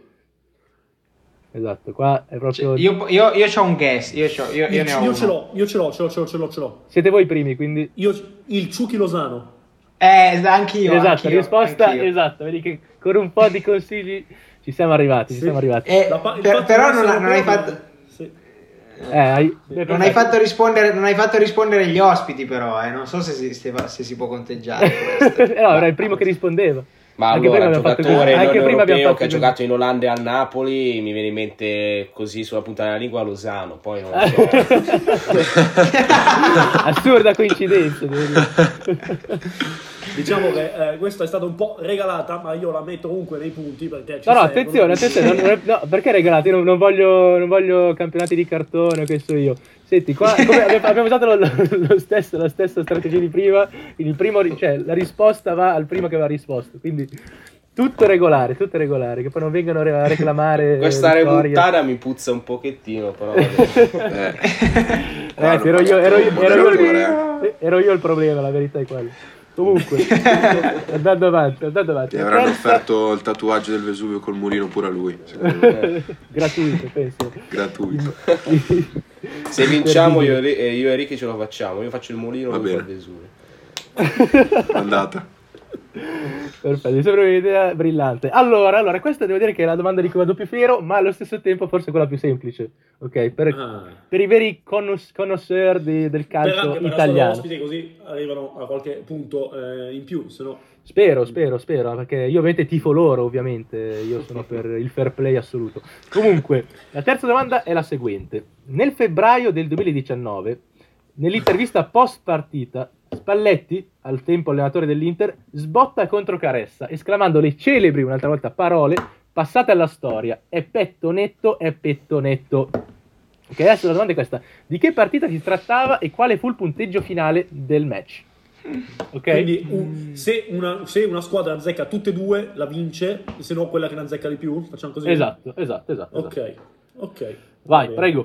Esatto, qua è proprio... Cioè, io, io, io ho un guess, io, c'ho- io, io Io, ne ho io uno. ce l'ho, io ce l'ho, ce l'ho, ce l'ho, ce l'ho, ce l'ho. Siete voi i primi, quindi... Io, il Ciuchi Lozano. Eh, anch'io, esatto, anch'io, risposta anch'io. esatta. Vedi che con un po' di consigli ci siamo arrivati, ci Sì. siamo arrivati. Eh, La pa- il per- fatto però di non, essere non hai europeo- fatto... Sì. Eh, hai... Non hai, fatto rispondere, non hai fatto rispondere gli ospiti, però, eh. Non so se si, se, se si può conteggiare questo. Eh, no, era il primo che rispondeva. Ma Anche allora, prima abbiamo fatto giocatore così. non Anche prima abbiamo europeo fatto che ha così. giocato in Olanda e al Napoli, mi viene in mente così sulla punta della lingua Lozano, poi non lo so. Assurda coincidenza, devo dire. Diciamo che eh, questa è stata un po' regalata, ma io la metto comunque nei punti perché ci No, no, servono. attenzione, attenzione, non- non- no, perché regalate? Io non, non voglio, non voglio campionati di cartone, che so io. Senti, qua come abbiamo, abbiamo usato lo, lo stesso, la stessa strategia di prima, il primo, ri- cioè la risposta va al primo che aveva risposto, quindi tutto regolare, tutto regolare, che poi non vengano re- a reclamare Questa le storie. remontata mi puzza un pochettino, però vabbè. Eh, Ragazzi, ero io, ero, io, ero, io, moderatore, il- ero io il problema, la verità è quella. Comunque, andando avanti, andando avanti. Ti avranno Terza- offerto il tatuaggio del Vesuvio col mulino pure a lui, secondo me. gratuito, penso. Gratuito. Se vinciamo io, e- eh, io e Ricky ce lo facciamo. Io faccio il mulino, Va lui fa il bene. Vesuvio. Andata. Perfetto, mi sembra un'idea brillante. Allora, allora, questa devo dire che è la domanda di cui vado più fiero, ma allo stesso tempo forse quella più semplice, ok? Per, Ah. per i veri connos- connoisseur di- del Per calcio anche per la italiano. ospite, così arrivano a qualche punto eh, in più, se no... Spero, spero, spero, perché io ovviamente tifo loro, ovviamente, io sono per il fair play assoluto. Comunque, la terza domanda è la seguente. Nel febbraio del duemiladiciannove, nell'intervista post partita, Spalletti, al tempo allenatore dell'Inter, sbotta contro Caressa, esclamando le celebri, un'altra volta, parole passate alla storia. È petto netto, è petto netto. Ok, adesso la domanda è questa. Di che partita si trattava e quale fu il punteggio finale del match? Ok? Quindi un- se, una, se una squadra azzecca tutte e due, la vince, se no quella che ne azzecca di più, facciamo così? Esatto, esatto, esatto. esatto. Ok, ok. Vai, Va bene. prego.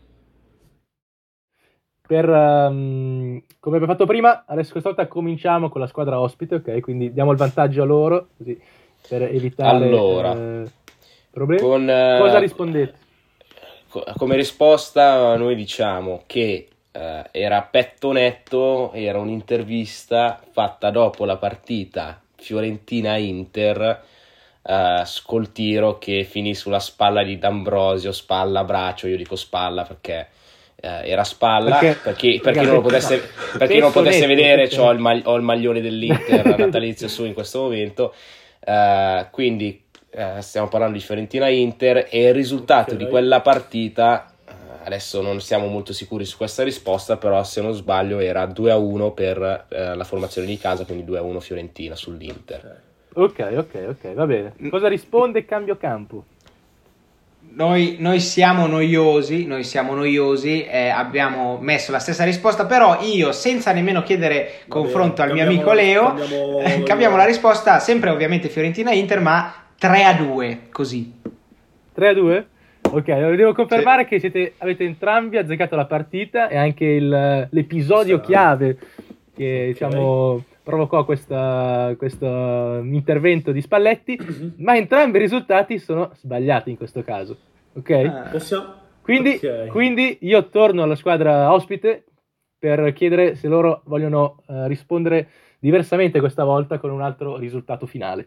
Per, ehm, come abbiamo fatto prima, adesso questa volta cominciamo con la squadra ospite, ok? Quindi diamo il vantaggio a loro, così, per evitare Allora, eh, problemi. Con, eh, Cosa rispondete? co- come risposta noi diciamo che eh, era petto netto, era un'intervista fatta dopo la partita Fiorentina-Inter, eh, col tiro che finì sulla spalla di D'Ambrosio, spalla, braccio, io dico spalla perché eh, era spalla, Perché- perché, per chi perché- non lo potesse, no. per chi non lo potesse Petto netto, vedere, perché- c'ho il, mag- ho il maglione dell'Inter natalizio su in questo momento, eh, quindi eh, stiamo parlando di Fiorentina-Inter e il risultato Ok. di quella partita, eh, adesso non siamo molto sicuri su questa risposta, però se non sbaglio era due a uno per eh, la formazione di casa, quindi due a uno Fiorentina sull'Inter. Ok, ok, ok, va bene. Cosa risponde Cambio Campo? Noi, noi siamo noiosi, noi siamo noiosi, eh, abbiamo messo la stessa risposta, però io senza nemmeno chiedere confronto al mio cambiamo- amico Leo, cambiamo- eh, cambiamo la risposta, sempre ovviamente Fiorentina-Inter, ma tre a due, così. tre a due? Ok, allora devo confermare che siete, avete entrambi azzeccato la partita e anche il- l'episodio Sì. chiave che Ok. diciamo provocò questa- questo intervento di Spalletti, Mhm. ma entrambi i risultati sono sbagliati in questo caso. Ok? Ah. Possiamo... Quindi, ok. quindi io torno alla squadra ospite per chiedere se loro vogliono eh, rispondere diversamente questa volta con un altro risultato finale.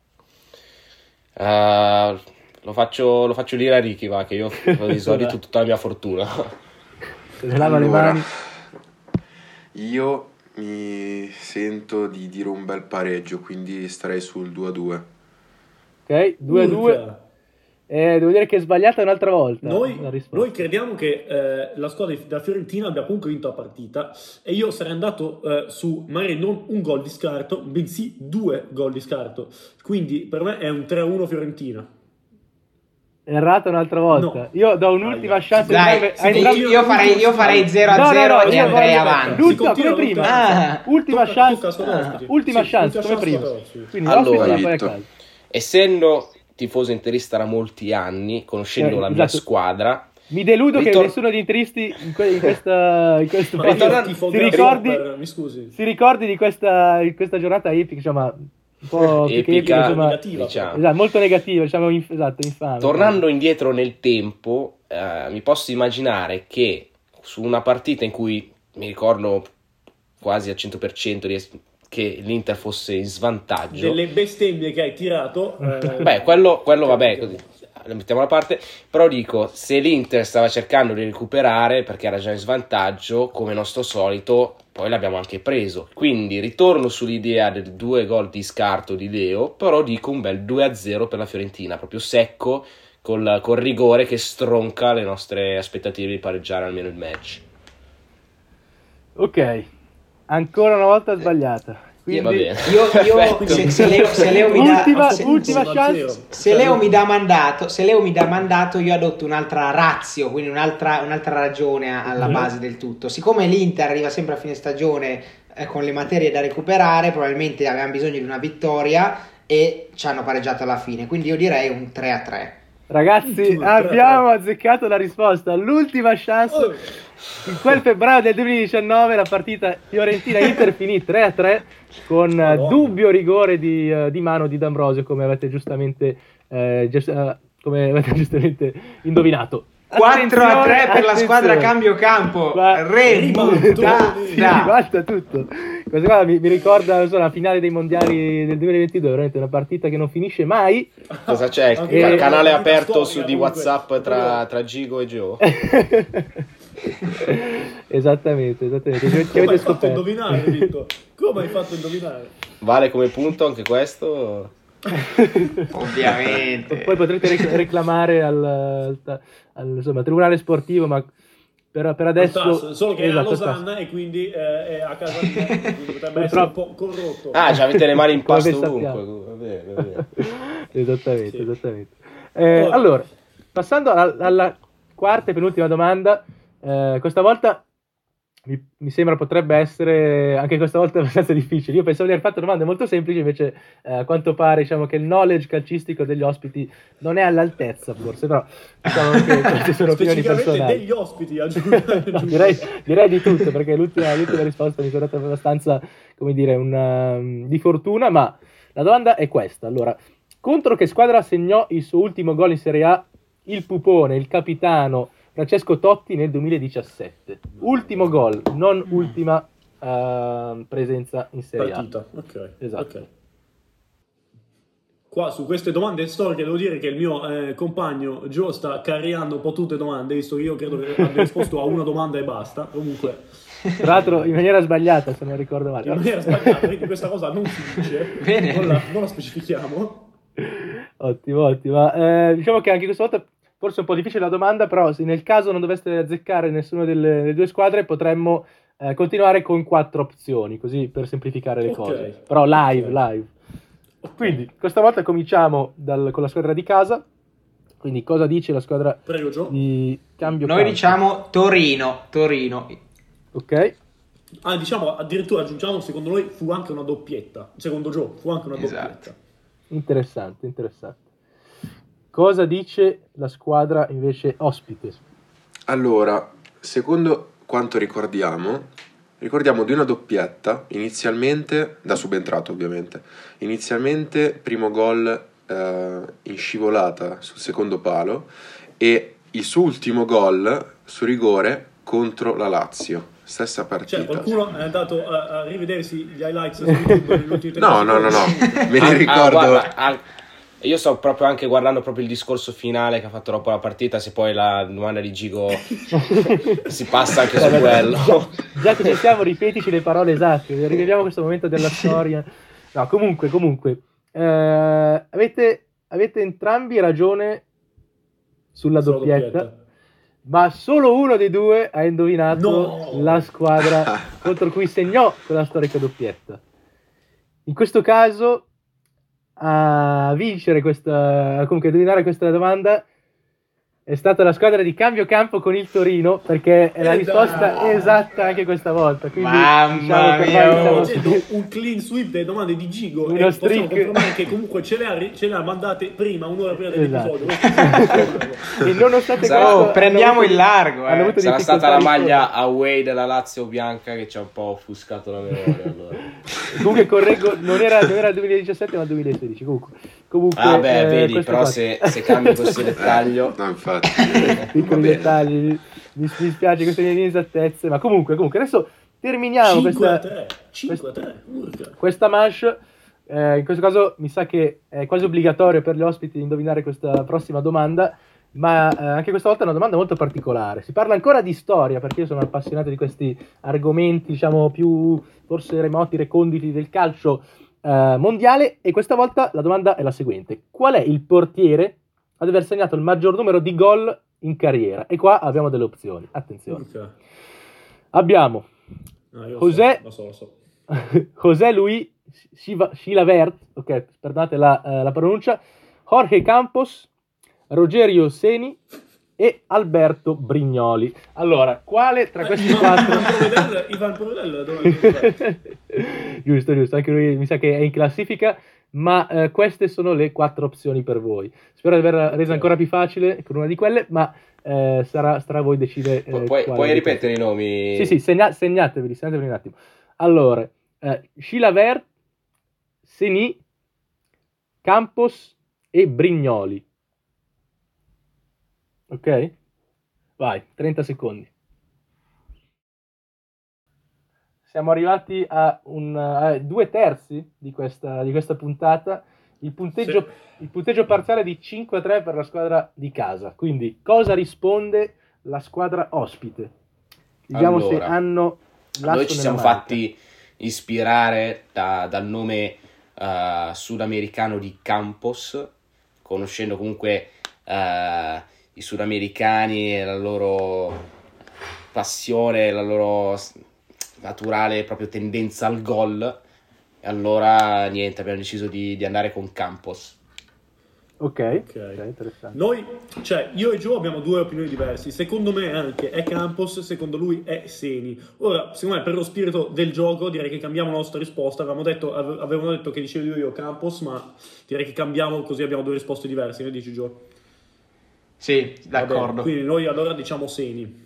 Eh, lo faccio, lo faccio dire a Ricky, va, che io ho di solito tutta la mia fortuna. Se ne lava le Allora, mani. io mi sento di dire un bel pareggio, quindi starei sul due a due. Ok, due a due. Urca. Eh, devo dire che è sbagliata un'altra volta Noi, la risposta. noi crediamo che eh, la squadra di- della Fiorentina abbia comunque vinto la partita e io sarei andato eh, su magari non un gol di scarto, bensì due gol di scarto. Quindi per me è un tre a uno Fiorentina. Errata un'altra volta. No. Io do un'ultima Aia. chance. Dai, a sì, entrambi- io, io farei, io farei zero a No, no, zero no, e io andrei voglio- avanti. Si L'ultima, continua come prima. l'ultima. Ah, ultima Tocca- chance. tocca alla squadra ah, ospite. ultima Sì, chance ultima come chance prima. alla squadra ospite. Quindi Allora, l'ospite la fai a Vitto. caso. Essendo tifoso interista da molti anni, conoscendo Eh, la mia esatto. squadra, Mi deludo che Ritor- nessuno di intristi in, que- in questa in questo Ma podcast io ritorna- tifo si per- ricordi, per- mi scusi. si ricordi di questa, di questa giornata epica, insomma, un po' più che Epica, epica, insomma, negativa. diciamo. esatto, molto negativa, diciamo, inf- esatto, infame. Tornando indietro nel tempo, eh, mi posso immaginare che su una partita in cui mi ricordo quasi al cento per cento di es- che l'Inter fosse in svantaggio, Delle bestemmie che hai tirato. eh, beh, quello, quello vabbè, così, lo mettiamo da parte, però dico, se l'Inter stava cercando di recuperare perché era già in svantaggio, come nostro solito, poi l'abbiamo anche preso. Quindi ritorno sull'idea del due gol di scarto di Leo, però dico un bel due a zero per la Fiorentina, proprio secco, col, col rigore che stronca le nostre aspettative di pareggiare almeno il match. Ok, ancora una volta sbagliata. Quindi va bene. io, io se, se Leo, se Leo mi dà ultima, se, ultima se- chance. se Leo mi dà mandato, se Leo mi dà mandato, io adotto un'altra ratio, quindi un'altra, un'altra ragione a- alla Ok. base del tutto. Siccome l'Inter arriva sempre a fine stagione eh, con le materie da recuperare, probabilmente avevamo bisogno di una vittoria e ci hanno pareggiato alla fine. Quindi io direi un tre a tre. Ragazzi, Ultima, abbiamo azzeccato la risposta. L'ultima chance. Oh. In quel febbraio del duemiladiciannove la partita Fiorentina-Inter finì tre a tre con eh, Madonna. dubbio rigore di, eh, di mano di D'Ambrosio, come avete giustamente, eh, gius- eh, come avete giustamente indovinato. quattro a tre per la Attenzione. squadra cambio campo. Qua- Remontata. Sì, basta tutto. Questa cosa mi, mi ricorda non so, la finale dei mondiali del duemilaventidue, veramente una partita che non finisce mai. Cosa c'è? Anche Il Eh, canale una aperto storia, su di comunque. WhatsApp tra, tra Gigo e Gio? Esattamente, esattamente. Che Come avete hai fatto a scoperto? indovinare, Vitto? Come hai fatto a indovinare? Vale come punto anche questo? Ovviamente. Poi potrete rec- reclamare al, al- al, insomma, tribunale sportivo, ma per, per adesso... Fantastico, solo che è a esatto, Losanna e quindi eh, è a casa mia, quindi potrebbe essere un po' corrotto. Ah, già avete le mani in Come pasto sappiamo. ovunque. Va bene, va bene. esattamente, Sì. esattamente. Eh, Oh. Allora, passando alla, alla quarta e penultima domanda, eh, questa volta mi, mi sembra potrebbe essere anche questa volta abbastanza difficile. Io pensavo di aver fatto domande molto semplici, invece eh, a quanto pare diciamo che il knowledge calcistico degli ospiti non è all'altezza, forse, però diciamo che queste sono opinioni Specificamente personali. degli ospiti, aggiungere. No, direi, direi di tutto, perché l'ultima, l'ultima risposta mi è sembrata abbastanza, come dire, una, di fortuna, ma la domanda è questa. Allora, contro che squadra segnò il suo ultimo gol in Serie A il pupone, il capitano Francesco Totti nel duemiladiciassette? Ultimo gol, non ultima eh, presenza in Serie A. Partita, ok. Esatto. ok. Qua su queste domande storiche devo dire che il mio eh, compagno Gio sta carriando un po' tutte le domande, visto che io credo che abbia risposto a una domanda e basta. Comunque, Tra l'altro in maniera sbagliata, se non ricordo in male. maniera sbagliata, quindi questa cosa non si dice, Bene. non la, non la specifichiamo. Ottimo, ottimo. Eh, diciamo che anche questa volta forse è un po' difficile la domanda, però se nel caso non doveste azzeccare nessuna delle, delle due squadre potremmo eh, continuare con quattro opzioni, così per semplificare le Ok. cose. Però live, Ok. live. Quindi questa volta cominciamo dal- con la squadra di casa. Quindi cosa dice la squadra Prego Gio. di cambio Noi campo? diciamo Torino, Torino. Ok, Ah, diciamo, addirittura aggiungiamo, secondo noi fu anche una doppietta. Secondo Gio, fu anche una Esatto. doppietta. interessante, interessante. Cosa dice la squadra invece ospite? Allora, secondo quanto ricordiamo, ricordiamo di una doppietta, inizialmente, da subentrato ovviamente, inizialmente primo gol eh, in scivolata sul secondo palo e il suo ultimo gol su rigore contro la Lazio, stessa partita. Cioè, qualcuno è andato a, a rivedersi gli highlights su YouTube negli ultimi trenta No, no, no, no, secondi. me ne Ah, ricordo... guarda, ah, io sto proprio anche guardando proprio il discorso finale che ha fatto dopo la partita, se poi la domanda di Gigo si passa anche su quello. Già, già che ci siamo, ripetici le parole esatte, riviviamo questo momento della storia. No, comunque, comunque, eh, avete, avete entrambi ragione sulla Sulla doppietta, ma solo uno dei due ha indovinato No! la squadra contro cui segnò quella storica doppietta. In questo caso, a vincere questa, comunque a indovinare questa domanda è stata la squadra di cambio campo con il Torino, perché è la Eh risposta dai! esatta anche questa volta. Quindi, Mamma diciamo che mia, ormai oh. siamo- Facendo un clean sweep delle domande di Gigo Uno e possiamo streak. confermare che comunque ce le ha, ri- ce le ha mandate prima, un'ora prima Esatto. dell'episodio. E nonostante Sarà- questo, Oh, prendiamo hanno avuto- il largo, eh. hanno avuto Sarà difficoltà stata la di maglia rispondere. away della Lazio bianca che ci ha un po' offuscato la memoria. Allora. Comunque correggo, non era, non era il duemiladiciassette ma il duemilasedici. Comunque, comunque Ah beh, eh, vedi, queste però cose- se, se cambi questo dettaglio... No, infatti. Va piccoli bene. dettagli, mi mi dispiace queste mie inesattezze, ma comunque, comunque adesso terminiamo cinque a questa, tre, cinque a tre, urca. questa manche. Eh, in questo caso mi sa che è quasi obbligatorio per gli ospiti indovinare questa prossima domanda, ma eh, anche questa volta è una domanda molto particolare. Si parla ancora di storia, perché io sono appassionato di questi argomenti, diciamo, più forse remoti, reconditi del calcio eh, mondiale, e questa volta la domanda è la seguente: qual è il portiere ad aver segnato il maggior numero di gol in carriera? E qua abbiamo delle opzioni, attenzione. Urca. Abbiamo No, io lo José- so, lo so, lo so. José Luis Chilavert, ok, perdonate la, uh, la pronuncia, Jorge Campos, Rogerio Ceni e Alberto Brignoli. Allora, quale tra questi eh, quattro... Ivan Provedel, dove... giusto, giusto, anche lui mi sa che è in classifica, ma uh, queste sono le quattro opzioni per voi. Spero di averla resa ancora più facile con una di quelle, ma uh, sarà, sarà a voi decidere. Pu- puoi puoi ripetere i nomi? Sì, sì, segna- segnatevi, segnatevi un attimo. Allora, uh, Chilavert, Ceni, Campos e Brignoli. Ok? Vai, trenta secondi. Siamo arrivati a, un, a due terzi di questa, di questa puntata. Il punteggio, sì. il punteggio parziale è di cinque a tre per la squadra di casa. Quindi, cosa risponde la squadra ospite? Vediamo allora, se hanno l'asso noi ci siamo manica. fatti ispirare da, dal nome uh, sudamericano di Campos, conoscendo comunque uh, i sudamericani e la loro passione, la loro naturale proprio tendenza al gol, e allora niente, abbiamo deciso di, di andare con Campos. Ok, okay. Interessante. Noi, cioè io e Joe abbiamo due opinioni diverse. Secondo me anche è Campos, secondo lui è Ceni. Ora, secondo me per lo spirito del gioco direi che cambiamo la nostra risposta. Avevamo detto, avevamo detto che dicevo io Campos, ma direi che cambiamo, così abbiamo due risposte diverse. Che dici, Joe? Sì, d'accordo. Quindi noi allora diciamo Ceni.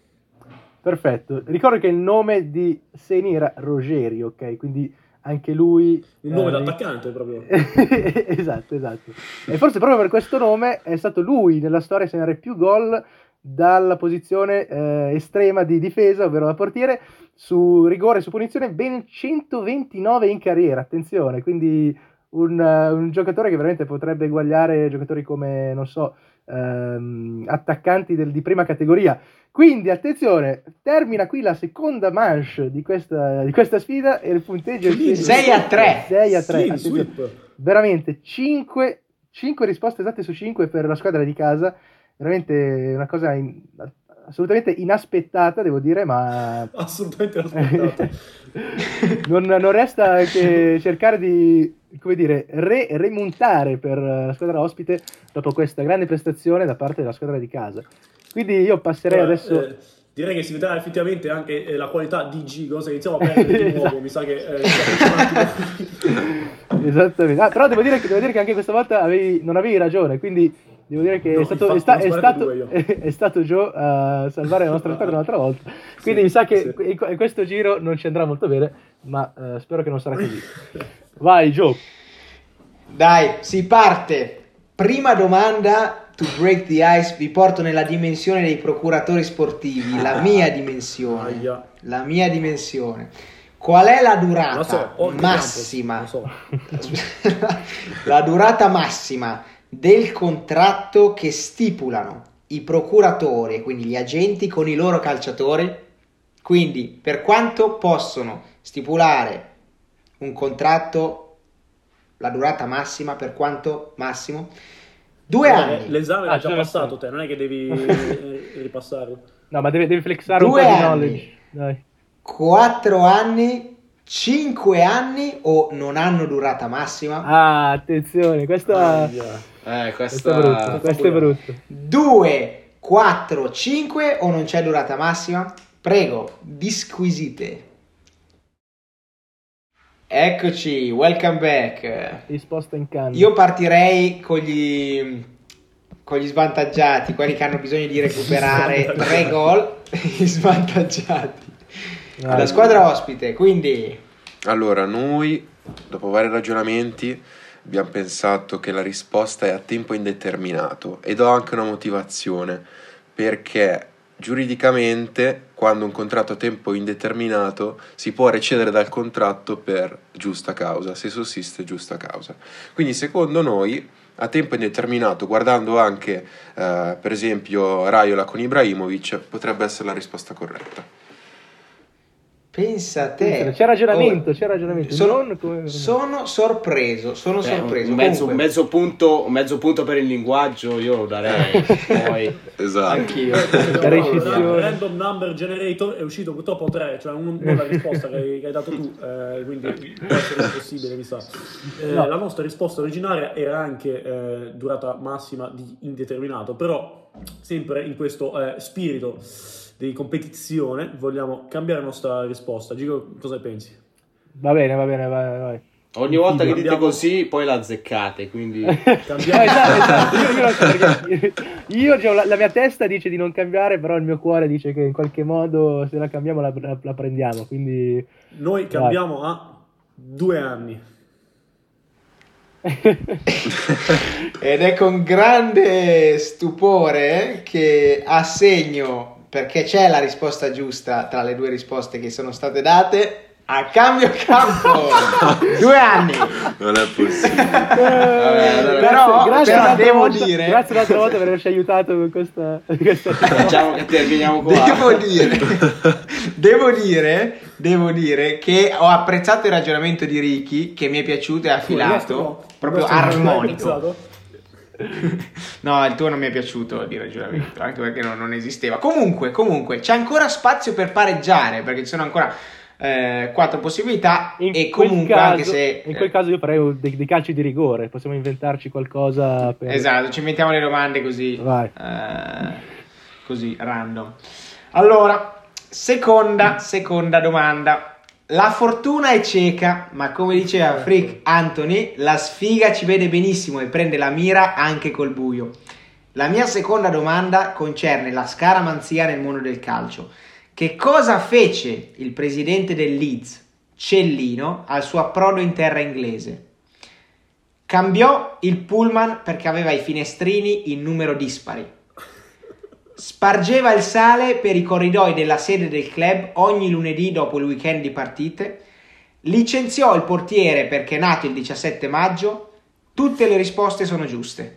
Perfetto. Ricordo che il nome di Ceni era Rogerio, ok? Quindi anche lui... Un nome eh, d'attaccante proprio. esatto, esatto. E forse proprio per questo nome è stato lui nella storia a segnare più gol dalla posizione eh, estrema di difesa, ovvero da portiere, su rigore, su punizione, ben centoventinove in carriera, attenzione, quindi un, uh, un giocatore che veramente potrebbe eguagliare giocatori come, non so, ehm, attaccanti del, di prima categoria. Quindi attenzione, termina qui la seconda manche di questa, di questa sfida e il punteggio è sei a tre. sei a tre. Sì, veramente cinque, cinque risposte esatte su cinque per la squadra di casa, veramente una cosa in, assolutamente inaspettata, devo dire, ma assolutamente inaspettata. non, non resta che cercare di, come dire, re, remontare per la squadra ospite dopo questa grande prestazione da parte della squadra di casa. Quindi io passerei Beh, adesso... Eh, direi che si vedrà effettivamente anche eh, la qualità di Gigo, se iniziamo a perdere di nuovo, esatto. Mi sa che... Eh, esattamente. Ah, però devo dire, che, devo dire che anche questa volta avevi, non avevi ragione, quindi devo dire che no, è, stato, è, sta, è, stato, è stato Joe a salvare la nostra squadra un'altra volta. Quindi sì, mi sa che sì. in questo giro non ci andrà molto bene, ma eh, spero che non sarà così. Vai Joe. Dai, si parte. Prima domanda... To break the ice, vi porto nella dimensione dei procuratori sportivi, la mia dimensione, la mia dimensione. Qual è la durata so, massima? So. La durata massima del contratto che stipulano i procuratori, quindi gli agenti con i loro calciatori? Quindi, per quanto possono stipulare un contratto, la durata massima, per quanto massimo? Due eh, anni. L'esame ah, l'hai già passato te, non è che devi ripassarlo. No, ma devi, devi flexare Due un po' anni. di knowledge. Dai. Quattro anni, cinque anni o non hanno durata massima? Ah, attenzione, questa, ah, yeah. eh, questa... questa è brutta. Questo è brutto. Due, quattro, cinque o non c'è durata massima? Prego, disquisite. Eccoci, welcome back. Risposta in canna. Io partirei con gli, con gli svantaggiati, quelli che hanno bisogno di recuperare tre gol, gli svantaggiati. Vai. La squadra ospite, quindi... Allora, noi, dopo vari ragionamenti, abbiamo pensato che la risposta è a tempo indeterminato ed ho anche una motivazione, perché... giuridicamente, quando un contratto a tempo indeterminato si può recedere dal contratto per giusta causa, se sussiste giusta causa. Quindi secondo noi a tempo indeterminato, guardando anche eh, per esempio Raiola con Ibrahimovic, potrebbe essere la risposta corretta. Pensa a te. C'è ragionamento, Oh, c'è ragionamento. Sono, Non come- sono sorpreso, sono Eh, sorpreso. un, mezzo, un Comunque, mezzo punto, un mezzo punto per il linguaggio io lo darei. Poi, Esatto. anch'io. La recisione. Random number generator è uscito purtroppo tre, cioè un- non la risposta che hai, che hai dato tu, eh, quindi può essere impossibile, mi sa. Eh, No. La nostra risposta originaria era anche eh, durata massima di indeterminato, però sempre in questo eh, spirito di competizione vogliamo cambiare la nostra risposta. Gigo, cosa ne pensi? Va bene, va bene, vai, vai. ogni volta che dite Abbiamo- così, poi la azzeccate. Quindi Eh, Cambiamo esatto, esatto. Io, io non so perché io già- la, la mia testa dice di non cambiare, però il mio cuore dice che in qualche modo se la cambiamo la, la- la prendiamo, quindi Noi cambiamo a due anni. Ed è con grande stupore che assegno, perché c'è la risposta giusta tra le due risposte che sono state date, a cambio campo. Due anni. Non è possibile. Vabbè, allora- Però- grazie però l'altra devo volta- dire- grazie l'altra volta per averci aiutato con questa, questa facciamo che terminiamo qua. Devo dire, devo dire, devo dire che ho apprezzato il ragionamento di Ricky, che mi è piaciuto e affilato, proprio armonico. No, il tuo non mi è piaciuto di ragionamento, anche perché non, non esisteva. Comunque, comunque, c'è ancora spazio per pareggiare, perché ci sono ancora eh, quattro possibilità. In E quel comunque, caso- anche se in quel caso io farei dei, dei calci di rigore, possiamo inventarci qualcosa per... esatto, ci inventiamo le domande così, Vai. eh, così random. Allora, seconda, seconda domanda. La fortuna è cieca, ma come diceva Freak Anthony, la sfiga ci vede benissimo e prende la mira anche col buio. La mia seconda domanda concerne la scaramanzia nel mondo del calcio. Che cosa fece il presidente del Leeds, Cellino, al suo approdo in terra inglese? Cambiò il pullman perché aveva i finestrini in numero dispari. Spargeva il sale per i corridoi della sede del club ogni lunedì dopo il weekend di partite. Licenziò il portiere perché è nato il diciassette maggio. Tutte le risposte sono giuste.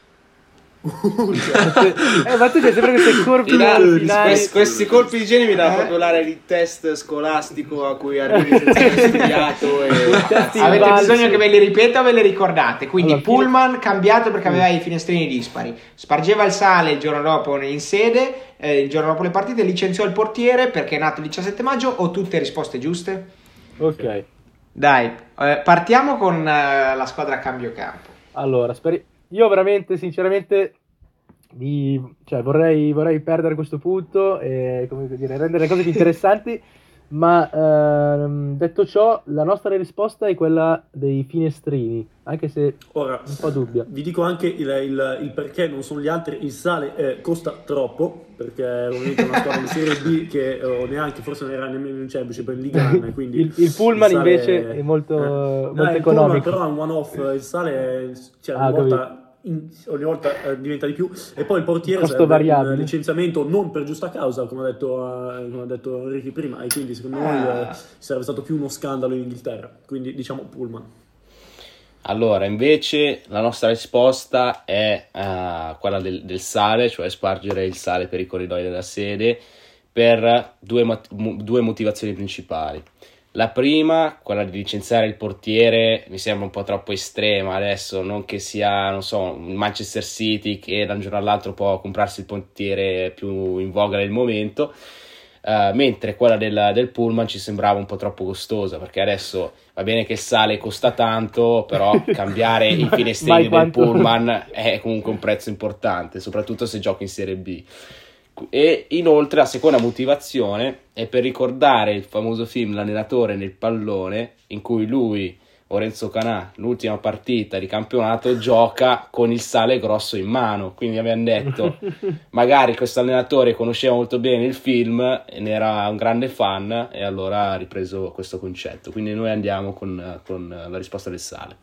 eh, ma tu c'hai sempre queste corpi Finali, finali. questi, questi colpi di genio mi danno Eh? proprio l'area di test scolastico a cui arrivi senza aver studiato e Test Avete invalsi. bisogno che ve li ripeta o ve le ricordate? Quindi Allora, fine- pullman cambiato perché aveva i finestrini dispari. Spargeva il sale il giorno dopo in sede, eh, il giorno dopo le partite. Licenziò il portiere perché è nato il diciassette maggio. O tutte risposte giuste? Ok, Dai, eh, partiamo con eh, la squadra a cambio campo. allora, speri- io veramente, sinceramente, di- cioè, vorrei, vorrei perdere questo punto e come dire, rendere le cose più interessanti, ma ehm, detto ciò, la nostra risposta è quella dei finestrini, anche se Ora, un po' dubbia. vi dico anche il, il- il perché non sono gli altri. Il sale eh, costa troppo, perché ovviamente è una squadra di Serie B che eh, neanche, forse non era nemmeno in Champions, in Liga uno, quindi Il- il pullman sale- invece è molto- molto il economico. pullman però è un one-off, il sale cioè, Ah, ogni volta, in- ogni volta eh, diventa di più. E poi il portiere Costo sarebbe variabile. un licenziamento non per giusta causa, come ha detto, eh, come ha detto Ricky prima, e quindi secondo noi Ah. eh, sarebbe stato più uno scandalo in Inghilterra, quindi diciamo pullman. allora invece la nostra risposta è eh, quella del, del sale, cioè spargere il sale per i corridoi della sede per due, mot- mo- due motivazioni principali. La prima, quella di licenziare il portiere, mi sembra un po' troppo estrema adesso, non che sia, non so, il Manchester City che da un giorno all'altro può comprarsi il portiere più in voga del momento, eh, mentre quella del, del pullman ci sembrava un po' troppo costosa, perché adesso va bene che il sale costa tanto, però cambiare i Mai finestrini del quanto- pullman è comunque un prezzo importante, soprattutto se giochi in Serie B. E inoltre la seconda motivazione è per ricordare il famoso film L'allenatore nel pallone, in cui lui, Lorenzo Canà, l'ultima partita di campionato gioca con il sale grosso in mano, quindi abbiamo detto magari questo allenatore conosceva molto bene il film e ne era un grande fan e allora ha ripreso questo concetto, quindi noi andiamo con, con la risposta del sale.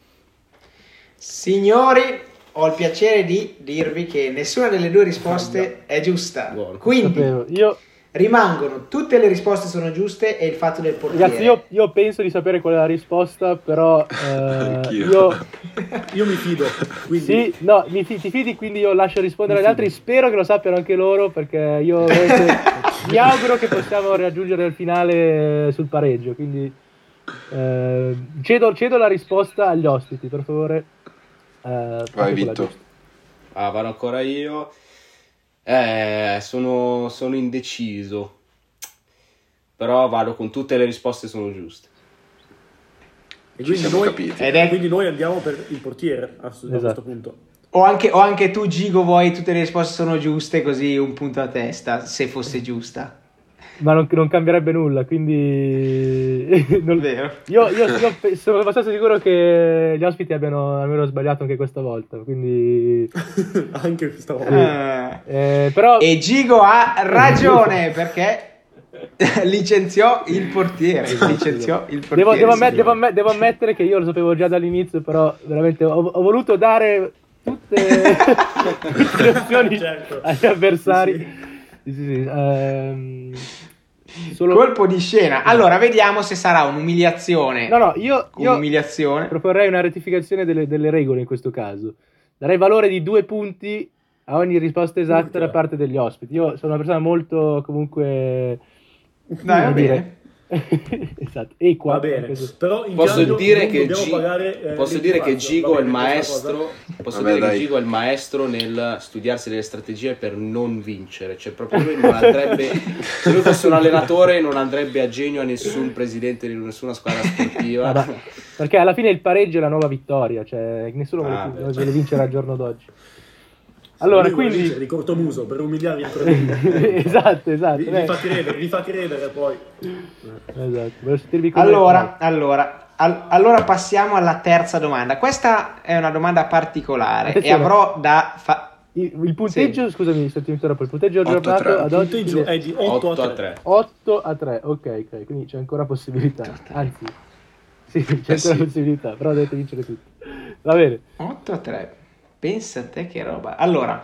Signori, ho il piacere di dirvi che nessuna delle due risposte è giusta. Buono. Quindi, Sapevo. Io rimangono tutte le risposte sono giuste e il fatto del portiere. Ragazzi, io, io penso di sapere qual è la risposta, però eh, io... io mi fido. Quindi... Sì, no, mi fi- ti fidi, quindi io lascio rispondere agli altri. Spero che lo sappiano anche loro, perché io veramente mi auguro che possiamo raggiungere il finale sul pareggio. Quindi eh, cedo, cedo la risposta agli ospiti, per favore. Eh, Vai, Vitto. Ah, vado ancora io. Eh, sono, sono indeciso, però vado con tutte le risposte sono giuste. E quindi, siamo noi, capiti. ed è, quindi noi andiamo per il portiere a, Esatto. a questo punto. O anche, o anche tu, Gigo, vuoi tutte le risposte sono giuste, così un punto a testa, se fosse giusta. Ma non, non cambierebbe nulla, quindi non- Vero. io, io, io pe- sono abbastanza sicuro che gli ospiti abbiano almeno sbagliato anche questa volta, quindi Anche questa volta. Ah. eh, però E Gigo ha ragione, perché licenziò il portiere. Licenziò il portiere. devo, devo, ammet- signori. devo amm- devo ammettere che io lo sapevo già dall'inizio, però veramente ho, ho voluto dare tutte, tutte le opzioni Certo. agli avversari. Sì, sì, sì, ehm, solo... Colpo di scena. Allora, vediamo se sarà un'umiliazione. No, no, io, io Un'umiliazione. proporrei una rettificazione delle, delle regole in questo caso. Darei valore di due punti a ogni risposta esatta Urca. da parte degli ospiti. Io sono una persona molto, comunque... Dai, va come bene. dire- esatto, e qua Va bene, però in Posso cambio dire non che, dobbiamo Gi- pagare, eh, posso dire che l'equipaggio. Gigo Va è il bene questa maestro cosa? posso Vabbè, dire dai. che Gigo è il maestro nel studiarsi delle strategie per non vincere, cioè proprio lui non andrebbe se lui fosse un allenatore non andrebbe a genio a nessun presidente di nessuna squadra sportiva. Ah, ma- perché alla fine il pareggio è la nuova vittoria, cioè nessuno vuole, Ah, più- beh, vuole vincere al giorno d'oggi. Allora, Lui vuole quindi... vincere di cortomuso per umiliarvi ancora di più. esatto, esatto. Vi, vi eh. fa credere, vi fa credere poi. Esatto, volevo sentirvi come- Allora, allora, al- allora passiamo alla terza domanda. Questa è una domanda particolare Attenzione. e avrò da fa- Il, il punteggio, scusami se ti interrompo, il punteggio otto a aggiornato tre. ad Il oggi punteggio quindi è di otto otto a a tre. tre. otto a tre, ok, ok, quindi c'è ancora possibilità, anzi, sì, c'è Eh ancora sì. possibilità, però dovete vincere tutti. Va bene, otto a tre. Pensa a te che roba. Allora,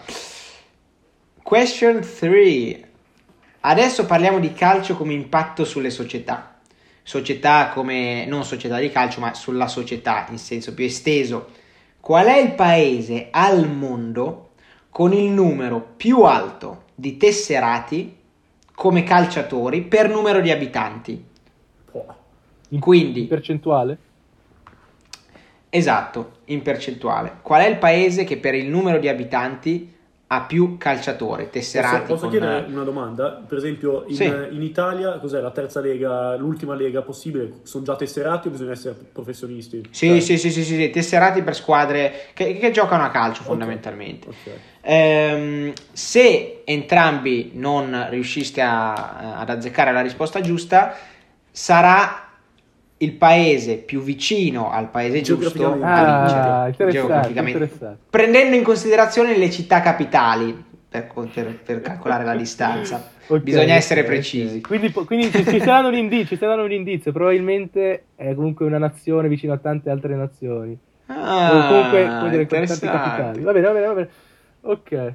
question tre. Adesso parliamo di calcio come impatto sulle società. Società come, non società di calcio, ma sulla società in senso più esteso. Qual è il paese al mondo con il numero più alto di tesserati come calciatori per numero di abitanti? Oh. in, Quindi- in percentuale? Esatto, in percentuale. Qual è il paese che per il numero di abitanti ha più calciatori Posso, tesserati? posso con- chiedere una domanda? Per esempio, in, Sì. in Italia, cos'è la terza lega, l'ultima lega possibile? Sono già tesserati o bisogna essere professionisti? Sì, Cioè- sì, sì, sì, sì, sì, tesserati per squadre che, che giocano a calcio fondamentalmente. Ok. Ehm, se entrambi non riusciste a- ad azzeccare la risposta giusta, sarà il paese più vicino al paese giusto Geograficamente. a vincere. Ah, interessante, Geograficamente. interessante. Prendendo in considerazione le città capitali per, per- per calcolare la distanza. Ok, Bisogna essere ok, precisi. ok. Quindi, po- quindi ci, ci sta dando un indizio, ci sta dando un indizio, probabilmente è comunque una nazione vicino a tante altre nazioni. Ah, o comunque, come dire, con tante interessante. capitali. Va bene, va bene, va bene. Ok.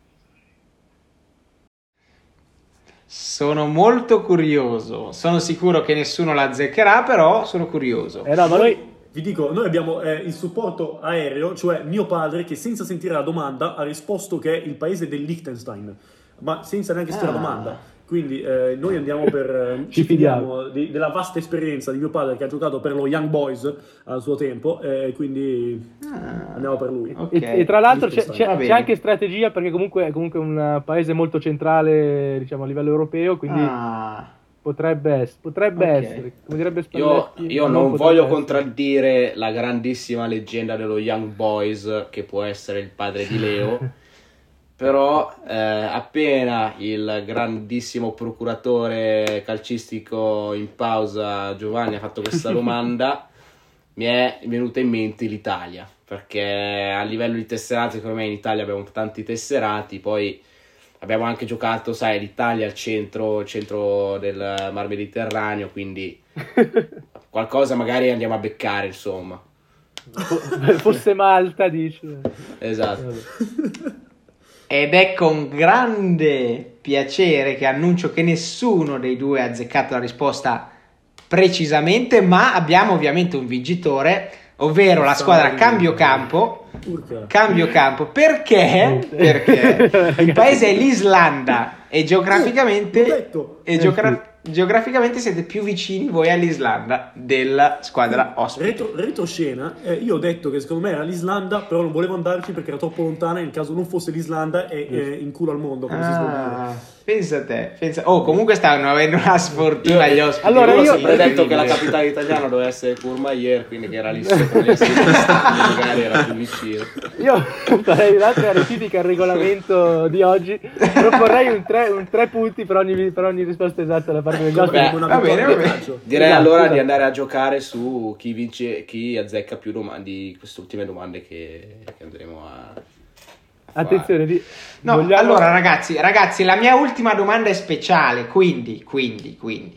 Sono molto curioso. Sono sicuro che nessuno la azzeccherà, però sono curioso. Eh no, ma noi... Vi dico, noi abbiamo eh, il supporto aereo, cioè mio padre che senza sentire la domanda ha risposto che è il paese del Liechtenstein, ma senza neanche sentire la Ah. domanda. Quindi eh, noi andiamo per... eh, Ci fidiamo. di- della vasta esperienza di mio padre che ha giocato per lo Young Boys al suo tempo, e quindi Ah, andiamo per lui. ok. E, e tra l'altro c'è, Liechtenstein. c'è- Va c'è bene. anche strategia perché comunque è comunque un paese molto centrale, diciamo, a livello europeo, quindi Ah, potrebbe, ess- potrebbe Ok. essere, come direbbe Io, Spalletti, io non potrebbe voglio essere. contraddire la grandissima leggenda dello Young Boys, che può essere il padre di Leo, però eh, appena il grandissimo procuratore calcistico in pausa Giovanni ha fatto questa domanda, mi è venuta in mente l'Italia, perché a livello di tesserati, secondo me in Italia abbiamo tanti tesserati, poi abbiamo anche giocato, sai, l'Italia al centro, centro del Mar Mediterraneo, quindi qualcosa magari andiamo a beccare, insomma. Fosse Malta, dice. Esatto. Vabbè. Ed è con grande piacere che annuncio che nessuno dei due ha azzeccato la risposta precisamente, ma abbiamo ovviamente un vincitore, ovvero la squadra Cambio Campo. Cambio Campo perché? Perché il paese è l'Islanda e geograficamente e geogra- geograficamente siete più vicini voi all'Islanda della squadra ospite. Retro, retroscena, eh, io ho detto che secondo me era l'Islanda, però non volevo andarci perché era troppo lontana, in caso non fosse l'Islanda e eh, in culo al mondo, come si suol dire. Ah, pensa a te, pensa... Oh, comunque stanno avendo una sfortuna gli ospiti. Allora, io ho sempre detto che la capitale italiana doveva essere Courmayeur, quindi che era lì sopra le magari era più vicino. Io farei un'altra rettifica al regolamento di oggi. Proporrei un tre, un tre punti per ogni, per ogni risposta esatta da parte degli ospiti. Beh, Una va bene, va bene. Direi Esatto, allora esatto. di andare a giocare su chi vince, chi azzecca più domande di queste ultime domande che, che andremo a, a fare. Attenzione, di... No, vogliamo- allora ragazzi, ragazzi, la mia ultima domanda è speciale, quindi, quindi, quindi.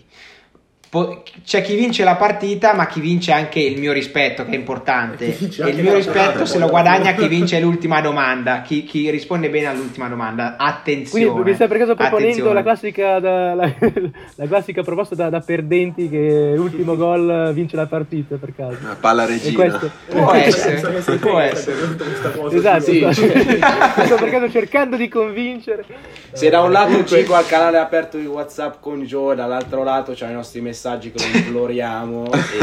Po- c'è chi vince la partita, ma chi vince anche il mio rispetto, che è importante. Chi vince E anche il mio la rispetto domanda, se lo poi. guadagna chi vince l'ultima domanda, chi, chi risponde bene all'ultima domanda. Attenzione. Quindi mi stai per caso proponendo attenzione. la classica, da- la, la classica proposta da, da perdenti che l'ultimo gol vince la partita per caso. Una palla E regina. questo... Può essere, Penso che sei può te che essere. stai facendo questa cosa, Esatto, sì. sto, sto per caso cercando di convincere. Se da un lato Cico ha il canale aperto di WhatsApp con Joe, dall'altro lato c'ha i nostri messaggi che lo imploriamo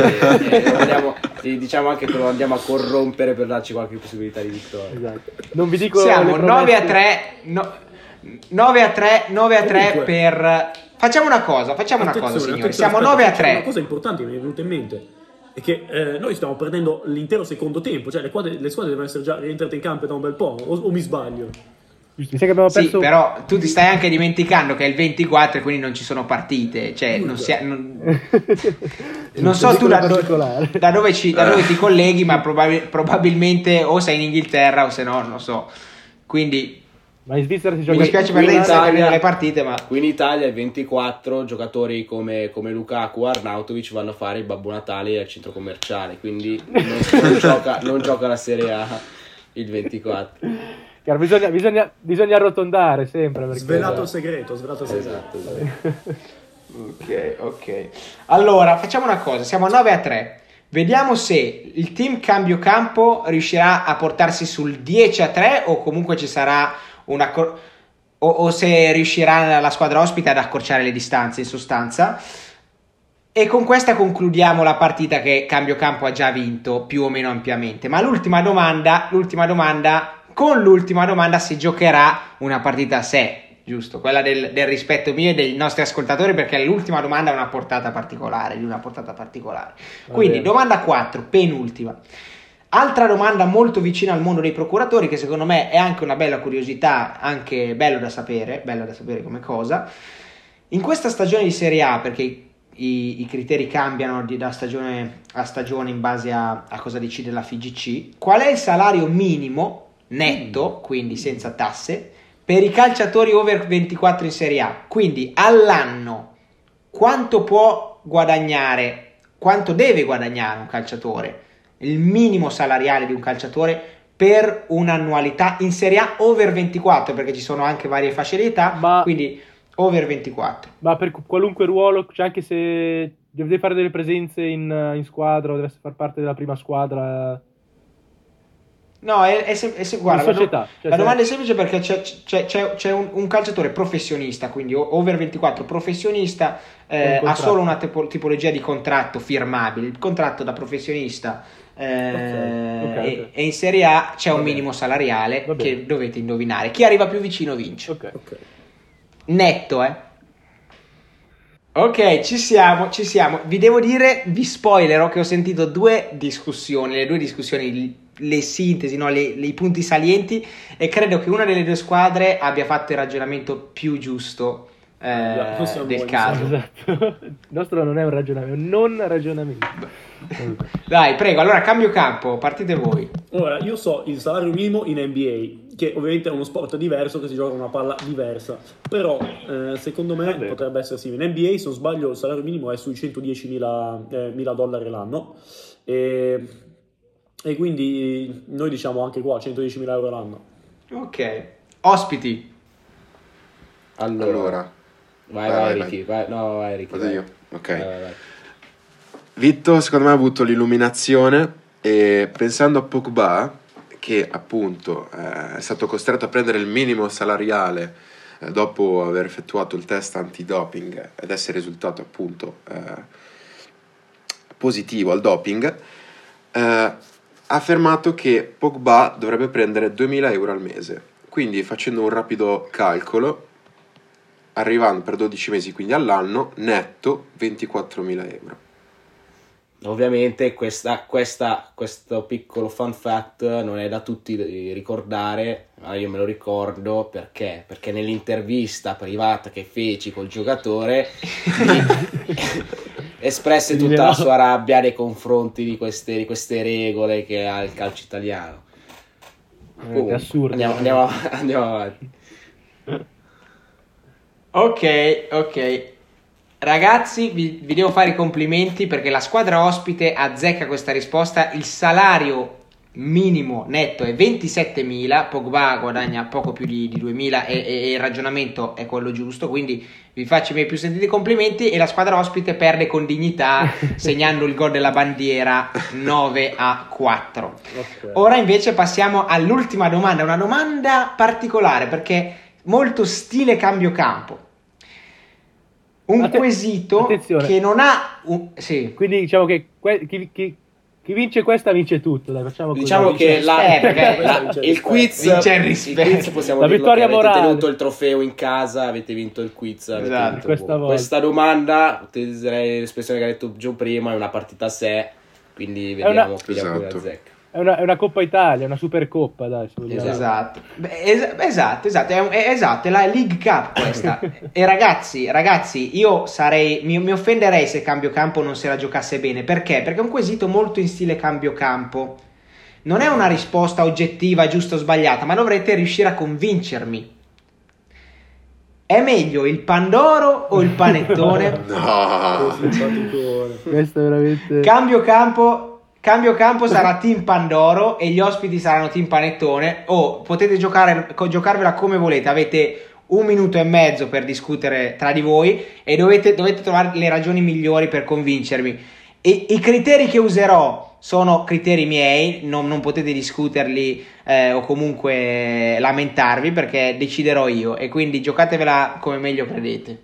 e, e lo vogliamo, e diciamo anche che lo andiamo a corrompere per darci qualche possibilità di vittoria. Esatto. Non vi dico Siamo le nove a promesse. tre, no, nove a tre, nove a tre Comunque. per... Facciamo una cosa, facciamo una cosa Attenzione, signori, attenzione, siamo aspetta, nove a c'è tre. Una cosa importante che mi è venuta in mente è che eh, noi stiamo perdendo l'intero secondo tempo, cioè le squadre, le squadre devono essere già rientrate in campo da un bel po', o, o mi sbaglio? Mi sa che abbiamo Sì, perso... però tu ti stai anche dimenticando che è il ventiquattro e quindi non ci sono partite, cioè non, si, non, non so tu da, particolare. da dove, ci, da dove ti colleghi, ma probabil- probabilmente o sei in Inghilterra o se no, non so. Quindi Ma in Svizzera si mi gioca... dispiace per in lei Italia- le partite, ma Qui in Italia il ventiquattro giocatori come, come Lukaku, Arnautovic vanno a fare il Babbo Natale al centro commerciale, quindi non, non gioca, non gioca la Serie A il ventiquattro. Chiaro, bisogna, bisogna, bisogna arrotondare sempre. Perché... Svelato il segreto, svelato il segreto. Esatto, esatto. ok, ok. Allora, facciamo una cosa, siamo a nove a tre. Vediamo se il team Cambio Campo riuscirà a portarsi sul dieci a tre o comunque ci sarà una cor- o, o se riuscirà la squadra ospite ad accorciare le distanze in sostanza. E con questa concludiamo la partita che Cambio Campo ha già vinto più o meno ampiamente. Ma l'ultima domanda, l'ultima domanda, con l'ultima domanda si giocherà una partita a sé, giusto? Quella del, del rispetto mio e dei nostri ascoltatori, perché l'ultima domanda ha una portata particolare, di una portata particolare. Quindi, bene. domanda quattro, penultima. Altra domanda molto vicina al mondo dei procuratori, che secondo me è anche una bella curiosità, anche bello da sapere, bello da sapere come cosa. In questa stagione di Serie A, perché i, i criteri cambiano di, da stagione a stagione in base a, a cosa decide la F I G C, qual è il salario minimo netto, quindi senza tasse, per i calciatori over ventiquattro in Serie A? Quindi all'anno quanto può guadagnare, quanto deve guadagnare un calciatore, il minimo salariale di un calciatore per un'annualità in Serie A over ventiquattro, perché ci sono anche varie fasce di età, Ma- quindi over ventiquattro. Ma per qualunque ruolo, cioè anche se deve fare delle presenze in, in squadra o deve far parte della prima squadra... No, è, è, sem- è sem- guarda, In la, do- società, cioè la se- domanda è semplice perché c'è, c'è- c'è- c'è un, un calciatore professionista, quindi o- over ventiquattro professionista, eh, Con ha contratto. solo una tipo- tipologia di contratto firmabile, il contratto da professionista, eh, Ok, ok, e, ok. e in Serie A c'è Va un bene. minimo salariale Va bene. che dovete indovinare. Chi arriva più vicino vince. Ok. Ok. Netto, eh. Ok, ci siamo, ci siamo. Vi devo dire, vi spoilerò che ho sentito due discussioni, le due discussioni, le sintesi, no? le, le- i punti salienti, e credo che una delle due squadre abbia fatto il ragionamento più giusto eh, Esatto, questo è del buono, caso. Esatto. Il nostro non è un ragionamento, è un non ragionamento. Dai, prego, allora cambio campo, partite voi. Ora, io so il salario minimo in N B A, che ovviamente è uno sport diverso, che si gioca con una palla diversa, però eh, secondo me Vabbè. potrebbe essere simile. In N B A, se non sbaglio, il salario minimo è sui centodiecimila eh, mila dollari l'anno, e, e quindi noi diciamo anche qua centodiecimila euro l'anno. Ok, Ospiti. Allora, Allora, vai, vai, vai, vai, Ricky. Vai. No, vai, Ricky. vado vai. io. Ok. Vai, vai, vai. Vitto, secondo me, ha avuto l'illuminazione e pensando a Pogba, che appunto eh, è stato costretto a prendere il minimo salariale eh, dopo aver effettuato il test antidoping ed essere risultato appunto eh, positivo al doping, eh, ha affermato che Pogba dovrebbe prendere duemila euro al mese. Quindi, facendo un rapido calcolo, arrivando per dodici mesi, quindi all'anno, netto ventiquattromila euro. Ovviamente questa, questa, questo piccolo fun fact non è da tutti ricordare, ma io me lo ricordo perché, perché nell'intervista privata che feci col giocatore espresse tutta la sua rabbia nei confronti di queste, di queste regole che ha il calcio italiano. È assurdo. Andiamo, andiamo, andiamo avanti. Ok, ok. Ragazzi, vi, vi devo fare i complimenti perché la squadra ospite azzecca questa risposta. Il salario minimo netto è ventisettemila, Pogba guadagna poco più di, di duemila e, e, e il ragionamento è quello giusto, quindi vi faccio i miei più sentiti complimenti e la squadra ospite perde con dignità segnando il gol della bandiera nove a quattro. Okay. Ora invece passiamo all'ultima domanda, una domanda particolare perché molto stile cambio campo. Un Atten- quesito attenzione. che non ha un... sì. Quindi diciamo che que- chi, chi, chi vince questa vince tutto, dai, facciamo così. Diciamo che la, eh, la, il quiz vince il rispetto. Il quiz possiamo La dirlo vittoria che avete morale. tenuto il trofeo in casa, avete vinto il quiz, avete Esatto, vinto questa volta. Questa domanda, utilizzerei l'espressione che ha detto Gio prima, è una partita a sé, quindi vediamo una... chi la Esatto. azzecca. È una, è una Coppa Italia, una Supercoppa, dai, se vogliamo. Esatto. Beh, es- esatto, esatto, è, è, esatto, è la League Cup questa. E ragazzi, ragazzi, io sarei, mi, mi offenderei se cambio campo non se la giocasse bene. Perché? Perché è un quesito molto in stile cambio campo. Non è una risposta oggettiva, giusta o sbagliata, ma dovrete riuscire a convincermi. È meglio il Pandoro o il panettone? No. Questo è veramente... Cambio campo... Cambio campo sarà team Pandoro e gli ospiti saranno team panettone. O potete giocare, giocarvela come volete. Avete un minuto e mezzo per discutere tra di voi e dovete, dovete trovare le ragioni migliori per convincermi. E i criteri che userò sono criteri miei, non, non potete discuterli eh, o comunque lamentarvi perché deciderò io. E quindi giocatevela come meglio credete.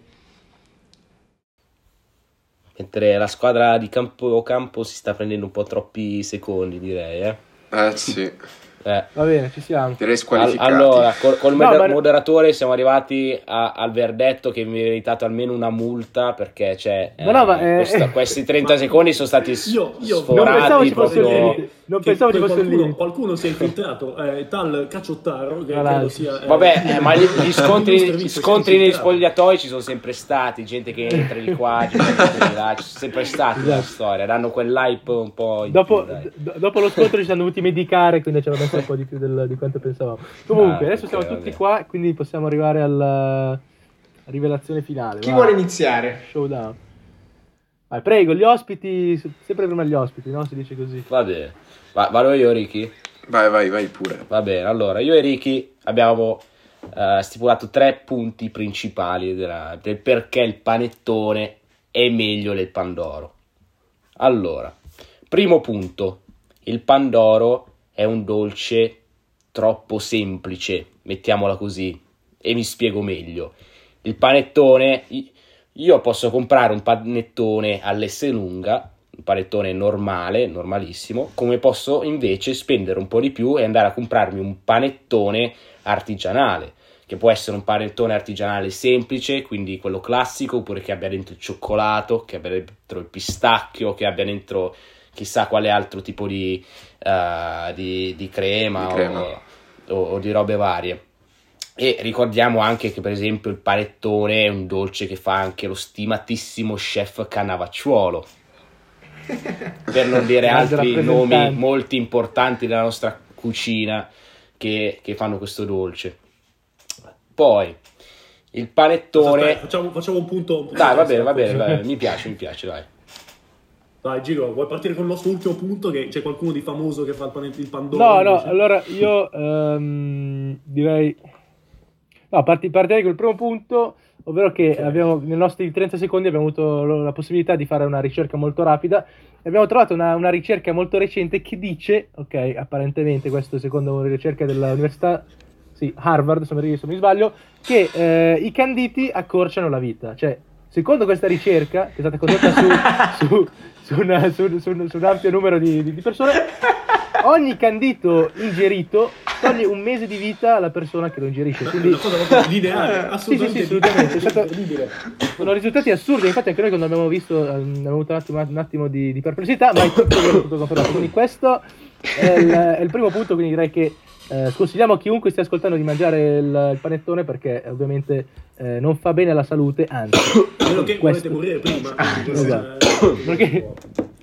Mentre la squadra di campo campo si sta prendendo un po' troppi secondi, direi, eh. Eh sì. Eh. Va bene, ci siamo. Direi Al- squalificati. allora, col, col No, moder- ma- moderatore siamo arrivati a- al verdetto che mi ha meritato almeno una multa perché c'è Ma no, ma, eh, questa- questi trenta secondi sono stati s- Io- io- non Non pensavo sforati ci fosse un proprio. limite. Non Che pensavo ci poi fosse un qualcuno, limite. qualcuno si è infiltrato, eh, tal Cacciottaro, che Tra credo l'altro. sia... eh, Vabbè, eh, ma gli, gli il scontri, nostro gli servizio scontri si è negli infiltrato. spogliatoi ci sono sempre stati, gente che entra di qua, gente che entra di là, ci sono sempre stati nella Esatto. storia, danno quell'hype un po' in Dopo, più, dai. d- dopo lo scontro ci siamo dovuti medicare, quindi ci hanno messo un po' di più del- di quanto pensavamo. Comunque, Ah, adesso ok, siamo vabbè. tutti qua, quindi possiamo arrivare alla rivelazione finale. Chi va. vuole iniziare? Showdown. Vai, prego, gli ospiti, sempre prima gli ospiti, no? Si dice così. Va bene, Va- vado io Ricky? Vai, vai, vai pure. Va bene, allora io e Ricky abbiamo eh, stipulato tre punti principali della- del perché il panettone è meglio del Pandoro. Allora, primo punto, il Pandoro è un dolce troppo semplice, mettiamola così, e mi spiego meglio. Il panettone, i- io posso comprare un panettone all'Esselunga, un panettone normale, normalissimo, come posso invece spendere un po' di più e andare a comprarmi un panettone artigianale, che può essere un panettone artigianale semplice, quindi quello classico, oppure che abbia dentro il cioccolato, che abbia dentro il pistacchio, che abbia dentro chissà quale altro tipo di, eh, di, di crema, Di crema. O, o, o di robe varie. E ricordiamo anche che per esempio il panettone è un dolce che fa anche lo stimatissimo chef Cannavacciuolo, per non dire Grande altri rappresentante. nomi molto importanti della nostra cucina che, che fanno questo dolce. Poi il panettone, Aspetta, facciamo, facciamo un punto... un punto dai va bene, extra, va bene, forse. vai, mi piace, mi piace, dai. Dai, Giro, vuoi partire con il nostro ultimo punto? Che c'è qualcuno di famoso che fa il, panet- il pandoro? No, no, invece? allora io ehm, direi No, parti, partirei col primo punto, ovvero che abbiamo, nei nostri trenta secondi abbiamo avuto la possibilità di fare una ricerca molto rapida e abbiamo trovato una, una ricerca molto recente che dice, ok, apparentemente questo secondo una ricerca dell'università, sì, Harvard, se non mi sbaglio, che eh, i canditi accorciano la vita. Cioè, secondo questa ricerca, che è stata condotta su, su, su, una, su, su, su un ampio numero di, di persone, ogni candito ingerito toglie un mese di vita alla persona che lo ingerisce. Quindi è una cosa proprio ideale, assolutamente, sì, sì, sì, assolutamente. È stato, sono risultati assurdi, infatti anche noi quando abbiamo visto abbiamo avuto un attimo, un attimo di, di perplessità, ma è tutto, tutto confermato. Quindi questo è il, è il primo punto, quindi direi che eh, sconsigliamo a chiunque stia ascoltando di mangiare il, il panettone, perché ovviamente eh, non fa bene alla salute, anzi. Quello che questo... volete morire prima. Esatto. Perché...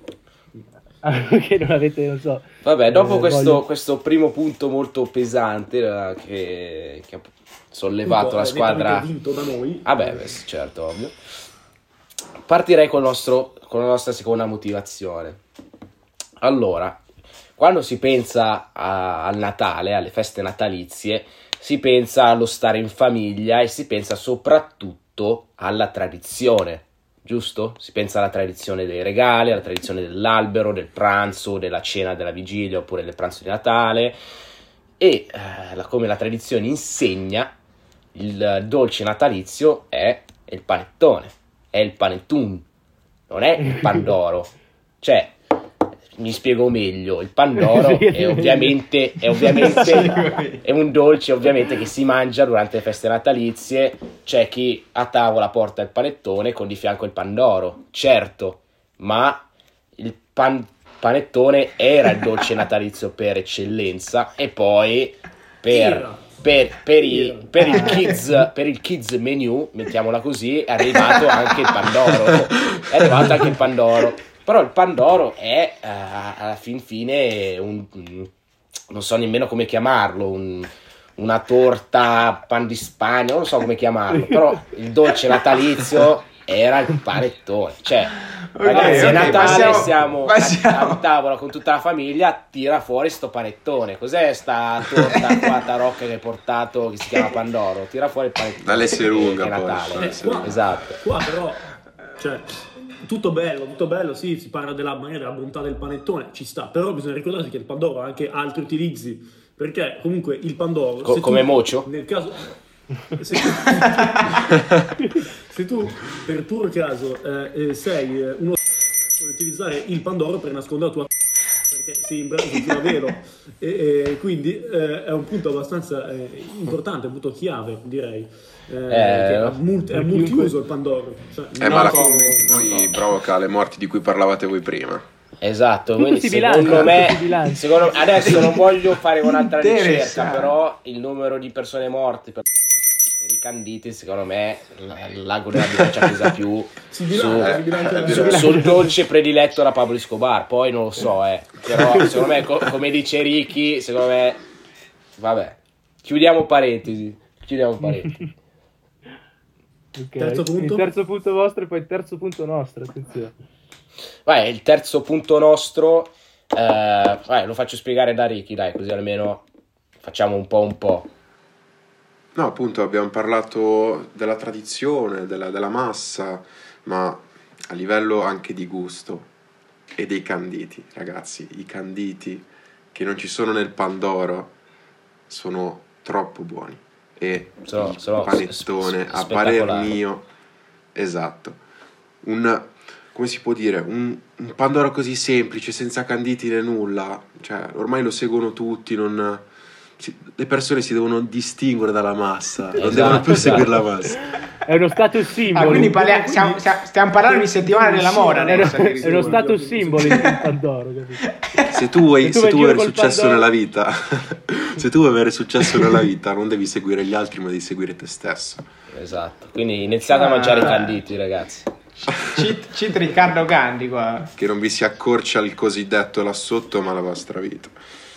che non avete, non so. Vabbè, dopo eh, questo, voglio... questo primo punto molto pesante eh, che, che ha sollevato la squadra, vinto da noi. vabbè, beh, certo, ovvio. Partirei col nostro, con la nostra seconda motivazione. Allora, quando si pensa a, al Natale, alle feste natalizie, si pensa allo stare in famiglia e si pensa soprattutto alla tradizione. Giusto? Si pensa alla tradizione dei regali, alla tradizione dell'albero, del pranzo, della cena della vigilia oppure del pranzo di Natale e eh, la, come la tradizione insegna, il dolce natalizio è il panettone, è il panettone, non è il pandoro. Cioè, mi spiego meglio, il pandoro è ovviamente, è ovviamente è un dolce ovviamente che si mangia durante le feste natalizie. C'è chi a tavola porta il panettone con di fianco il pandoro, certo, ma il pan, panettone era il dolce natalizio per eccellenza e poi per, per, per, i, per, il kids, per il kids menu, mettiamola così, è arrivato anche il pandoro, è arrivato anche il pandoro. Però il pandoro è uh, alla fin fine un, un, non so nemmeno come chiamarlo, un, una torta pan di Spagna, non so come chiamarlo, però il dolce natalizio era il panettone. Cioè, okay, ragazzi, okay, è Natale, passiamo, siamo passiamo. A, a tavola con tutta la famiglia, tira fuori sto panettone. Cos'è sta torta qua tarocca che hai portato, che si chiama pandoro? Tira fuori il panettone. Dalle lunga che è Natale. Eh, qua, esatto. Qua però, cioè... tutto bello, tutto bello, sì, si parla della, della bontà del panettone, ci sta, però bisogna ricordarsi che il pandoro ha anche altri utilizzi, perché comunque il pandoro... Co- come tu, mocio? Nel caso... Se tu, se tu per puro caso eh, sei uno puoi utilizzare il pandoro per nascondere la tua perché si imbra sul tuo velo e, e quindi eh, è un punto abbastanza eh, importante, un punto chiave, direi. Eh, eh, che è, multi, è multiuso il pandoro, cioè, eh, ma la commenti poi provoca le morti di cui parlavate voi prima. Esatto, tutto quindi si secondo bilancia, me secondo, adesso non voglio fare un'altra ricerca, però il numero di persone morte per, per i canditi secondo me l'ago della bilancia pesa più si bilancia, su, si bilancia, su, si sul dolce prediletto da Pablo Escobar, poi non lo so, eh. Però secondo me co- come dice Ricky, secondo me vabbè, chiudiamo parentesi, chiudiamo parentesi. Okay. Terzo punto? Il terzo punto vostro e poi il terzo punto nostro, attenzione. Vai, il terzo punto nostro, eh, vai, lo faccio spiegare da Ricky, dai, così almeno facciamo un po' un po'. No, appunto abbiamo parlato della tradizione, della, della massa, ma a livello anche di gusto e dei canditi, ragazzi, i canditi che non ci sono nel pandoro sono troppo buoni. E sono, il sono panettone s- a parer mio, esatto, un, come si può dire, un, un pandoro così semplice, senza canditi né nulla, cioè ormai lo seguono tutti, non, si, le persone si devono distinguere dalla massa, esatto, non devono più esatto. seguire la massa. È uno status simbolo. Ah, quindi parliamo, stiamo, stiamo parlando di settimana della moda. È, è uno status simbolo il pandoro, capito? Se tu vuoi, se se tu tu vuoi avere successo pandoro... nella vita, se tu vuoi avere successo nella vita, non devi seguire gli altri, ma devi seguire te stesso. Esatto. Quindi iniziate a mangiare i canditi, ragazzi. Cheat, cheat Riccardo Gandhi qua. Che non vi si accorcia il cosiddetto là sotto, ma la vostra vita.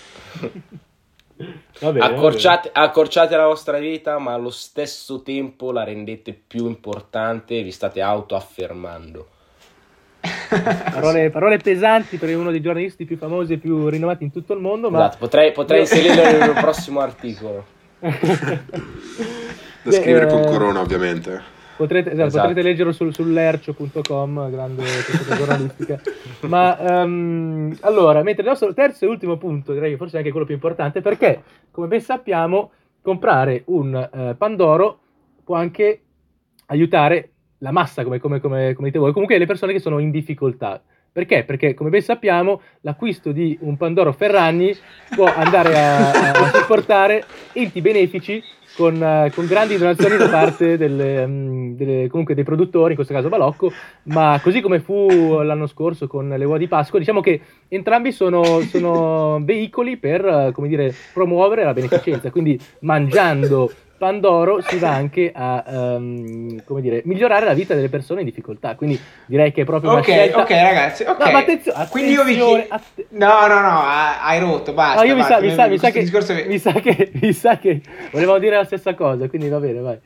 Va bene, accorciate, va bene. accorciate la vostra vita, ma allo stesso tempo la rendete più importante e vi state autoaffermando. Parole, parole pesanti per uno dei giornalisti più famosi e più rinomati in tutto il mondo. Ma esatto, potrei, potrei inserirlo nel mio prossimo articolo. Da scrivere Eh, con Corona, ovviamente. Potrete, esatto, Esatto. potrete leggerlo sul, sullercio punto com, grande testata giornalistica. Ma ehm, allora, mentre il nostro terzo e ultimo punto, direi che forse è anche quello più importante, perché come ben sappiamo, comprare un eh, Pandoro può anche aiutare la massa, come, come, come, come dite voi, comunque le persone che sono in difficoltà. Perché? Perché, come ben sappiamo, l'acquisto di un Pandoro Ferragni può andare a, a supportare enti benefici con, uh, con grandi donazioni da parte delle, um, delle, comunque dei produttori, in questo caso Balocco, ma così come fu l'anno scorso con le uova di Pasqua, diciamo che entrambi sono, sono veicoli per, uh, come dire, promuovere la beneficenza, quindi mangiando Pandoro si va anche a um, come dire, migliorare la vita delle persone in difficoltà, quindi direi che è proprio una Ok, scelta. ok ragazzi, ok. No, ma attenzio- Quindi io vi attenzione, chiedo... atte- No, no, no, ha- hai rotto, basta. No, io mi sa, basta. mi sa, mi sa Questo che, discorso- mi sa che, mi sa che volevamo dire la stessa cosa, quindi va bene, vai.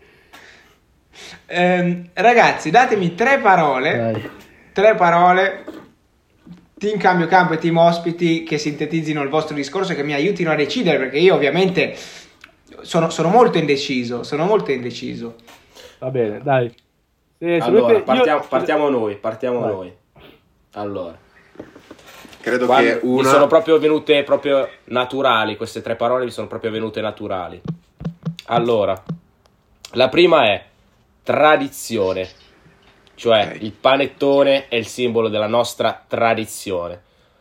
Ehm, ragazzi, datemi tre parole, Vai. tre parole, team cambio campo e team ospiti, che sintetizzino il vostro discorso e che mi aiutino a decidere, perché io ovviamente sono, sono molto indeciso, sono molto indeciso. Va bene, dai. Se- se Allora, volete- partiamo, io- partiamo noi, partiamo Vai. noi. Allora, Credo quando che mi una... sono proprio venute proprio naturali, queste tre parole mi sono proprio venute naturali. Allora, la prima è tradizione, cioè Ok. il panettone è il simbolo della nostra tradizione.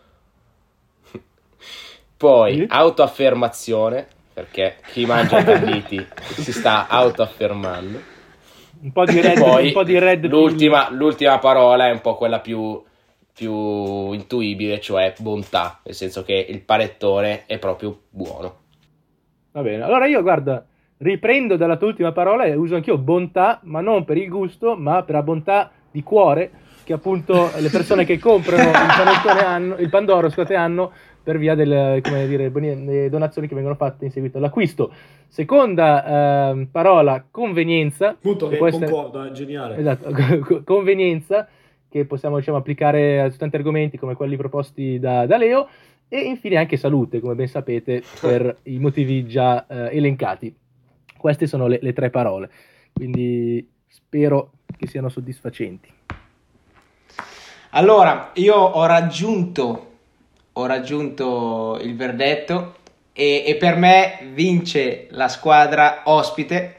Poi Sì. autoaffermazione, perché chi mangia canditi si sta autoaffermando. un po' di E red, poi un po' di red l'ultima, l'ultima parola è un po' quella più, più intuibile, cioè bontà, nel senso che il panettone è proprio buono. Va bene, allora io guarda, riprendo dalla tua ultima parola e uso anch'io bontà, ma non per il gusto, ma per la bontà di cuore che appunto le persone che comprano il panettone hanno, il Pandoro scusate, hanno per via delle, come dire, boni- le donazioni che vengono fatte in seguito all'acquisto. Seconda ehm, parola, convenienza. Punto che può essere- concordo, è geniale. Esatto, co- convenienza, che possiamo diciamo, applicare su tanti argomenti come quelli proposti da, da Leo, e infine anche salute, come ben sapete, per i motivi già eh, elencati. Queste sono le, le tre parole, quindi spero che siano soddisfacenti. Allora, io ho raggiunto, ho raggiunto il verdetto e, e per me vince la squadra ospite,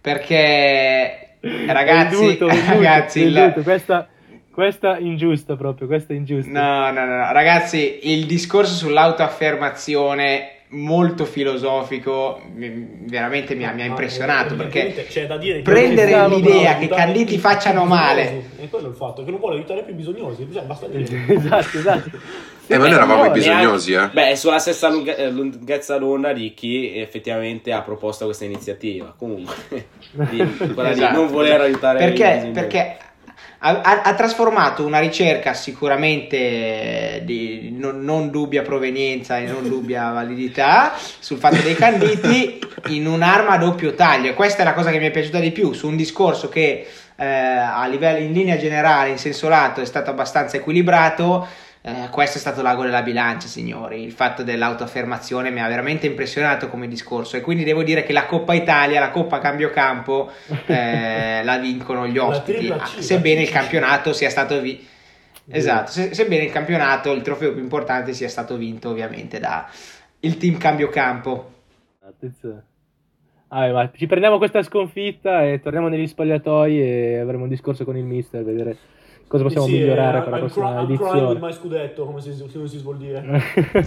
perché ragazzi, Venduto, venduto, ragazzi, il- venduto. Questa, questa ingiusta proprio, questa ingiusta. no, no, no, no, ragazzi, il discorso sull'autoaffermazione molto filosofico mi- veramente mi ha, mi ha Ma, impressionato, eh, perché evidentemente c'è da dire che prendere non l'idea vuole che aiutare Canditi i facciano bisognosi. male. E quello è il fatto, che non vuole aiutare più i bisognosi, cioè, basta dire. esatto, esatto. Eh, ma noi eravamo i no, bisognosi, eh. Beh, è sulla stessa lunga- eh, lunghezza d'onda di chi effettivamente ha proposto questa iniziativa. Comunque, di, quella di Esatto, non voler esatto. aiutare i perché, bisognosi. perché ha, ha- ha trasformato una ricerca sicuramente di non, non dubbia provenienza e non dubbia validità sul fatto dei Canditi in un'arma a doppio taglio. Questa è la cosa che mi è piaciuta di più, su un discorso che eh, a livello, in linea generale, in senso lato, è stato abbastanza equilibrato. Eh, questo è stato l'ago della bilancia, signori. Il fatto dell'autoaffermazione mi ha veramente impressionato come discorso, e quindi devo dire che la Coppa Italia, la Coppa Cambio Campo eh, la vincono gli La ospiti, tripla C, sebbene la il campionato sia stato vi- esatto, se- sebbene il campionato, il trofeo più importante, sia stato vinto ovviamente da il team Cambio Campo. Attenzione. Ah, ma ci prendiamo questa sconfitta e torniamo negli spogliatoi e avremo un discorso con il mister, vedere cosa possiamo Sì, migliorare eh, per la I'm prossima cry- I'm crying with edizione. my scudetto, come si, come si vuol dire.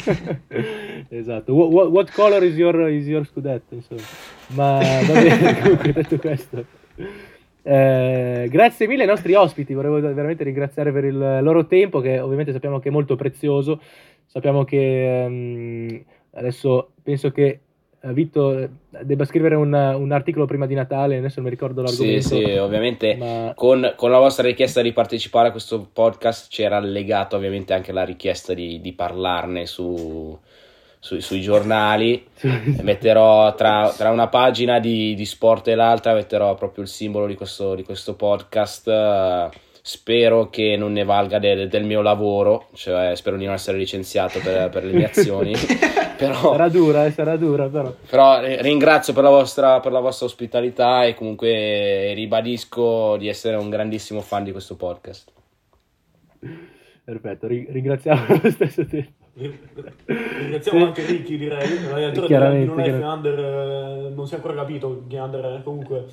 Esatto. What, what, what color is your, is your scudetto? Insomma. Ma va bene, comunque, detto questo. Eh, grazie mille ai nostri ospiti, volevo veramente ringraziare per il loro tempo, che ovviamente sappiamo che è molto prezioso. Sappiamo che ehm, adesso penso che eh, Vitto eh, debba scrivere un, un articolo prima di Natale, adesso non mi ricordo Sì, l'argomento. sì, ovviamente ma- con, con la vostra richiesta di partecipare a questo podcast c'era allegato ovviamente anche la richiesta di, di parlarne su, su- sui giornali. Metterò tra, tra una pagina di, di sport e l'altra, metterò proprio il simbolo di questo, di questo podcast eh, spero che non ne valga del, del mio lavoro, cioè spero di non essere licenziato per, per le mie azioni. Però, sarà dura, eh, sarà dura però. Però ringrazio per la vostra, per la vostra ospitalità e comunque ribadisco di essere un grandissimo fan di questo podcast. Perfetto, ringraziamo allo stesso tempo. Ringraziamo anche Ricky, direi, l'allenatore non è che Under, non si è ancora capito che Under è, comunque.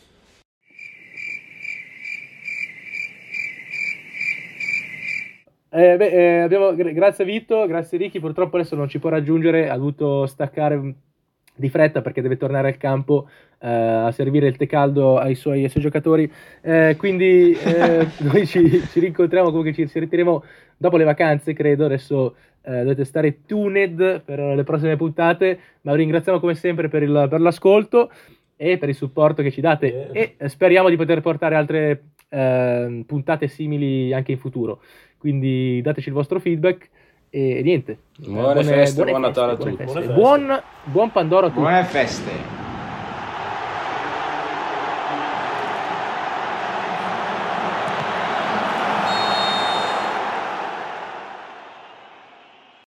Eh, beh, eh, abbiamo, grazie a Vito, grazie Ricky, purtroppo adesso non ci può raggiungere, ha dovuto staccare di fretta perché deve tornare al campo eh, a servire il tè caldo ai suoi, ai suoi giocatori, eh, quindi eh, noi ci, ci rincontriamo, comunque ci, ci ritireremo dopo le vacanze, credo. Adesso eh, dovete stare tuned per le prossime puntate, ma vi ringraziamo come sempre per, il, per l'ascolto e per il supporto che ci date, e speriamo di poter portare altre eh, puntate simili anche in futuro, quindi dateci il vostro feedback e niente, buone, buone feste, buone buon Natale a tutti, buon, buon Pandoro a tutti, buone feste.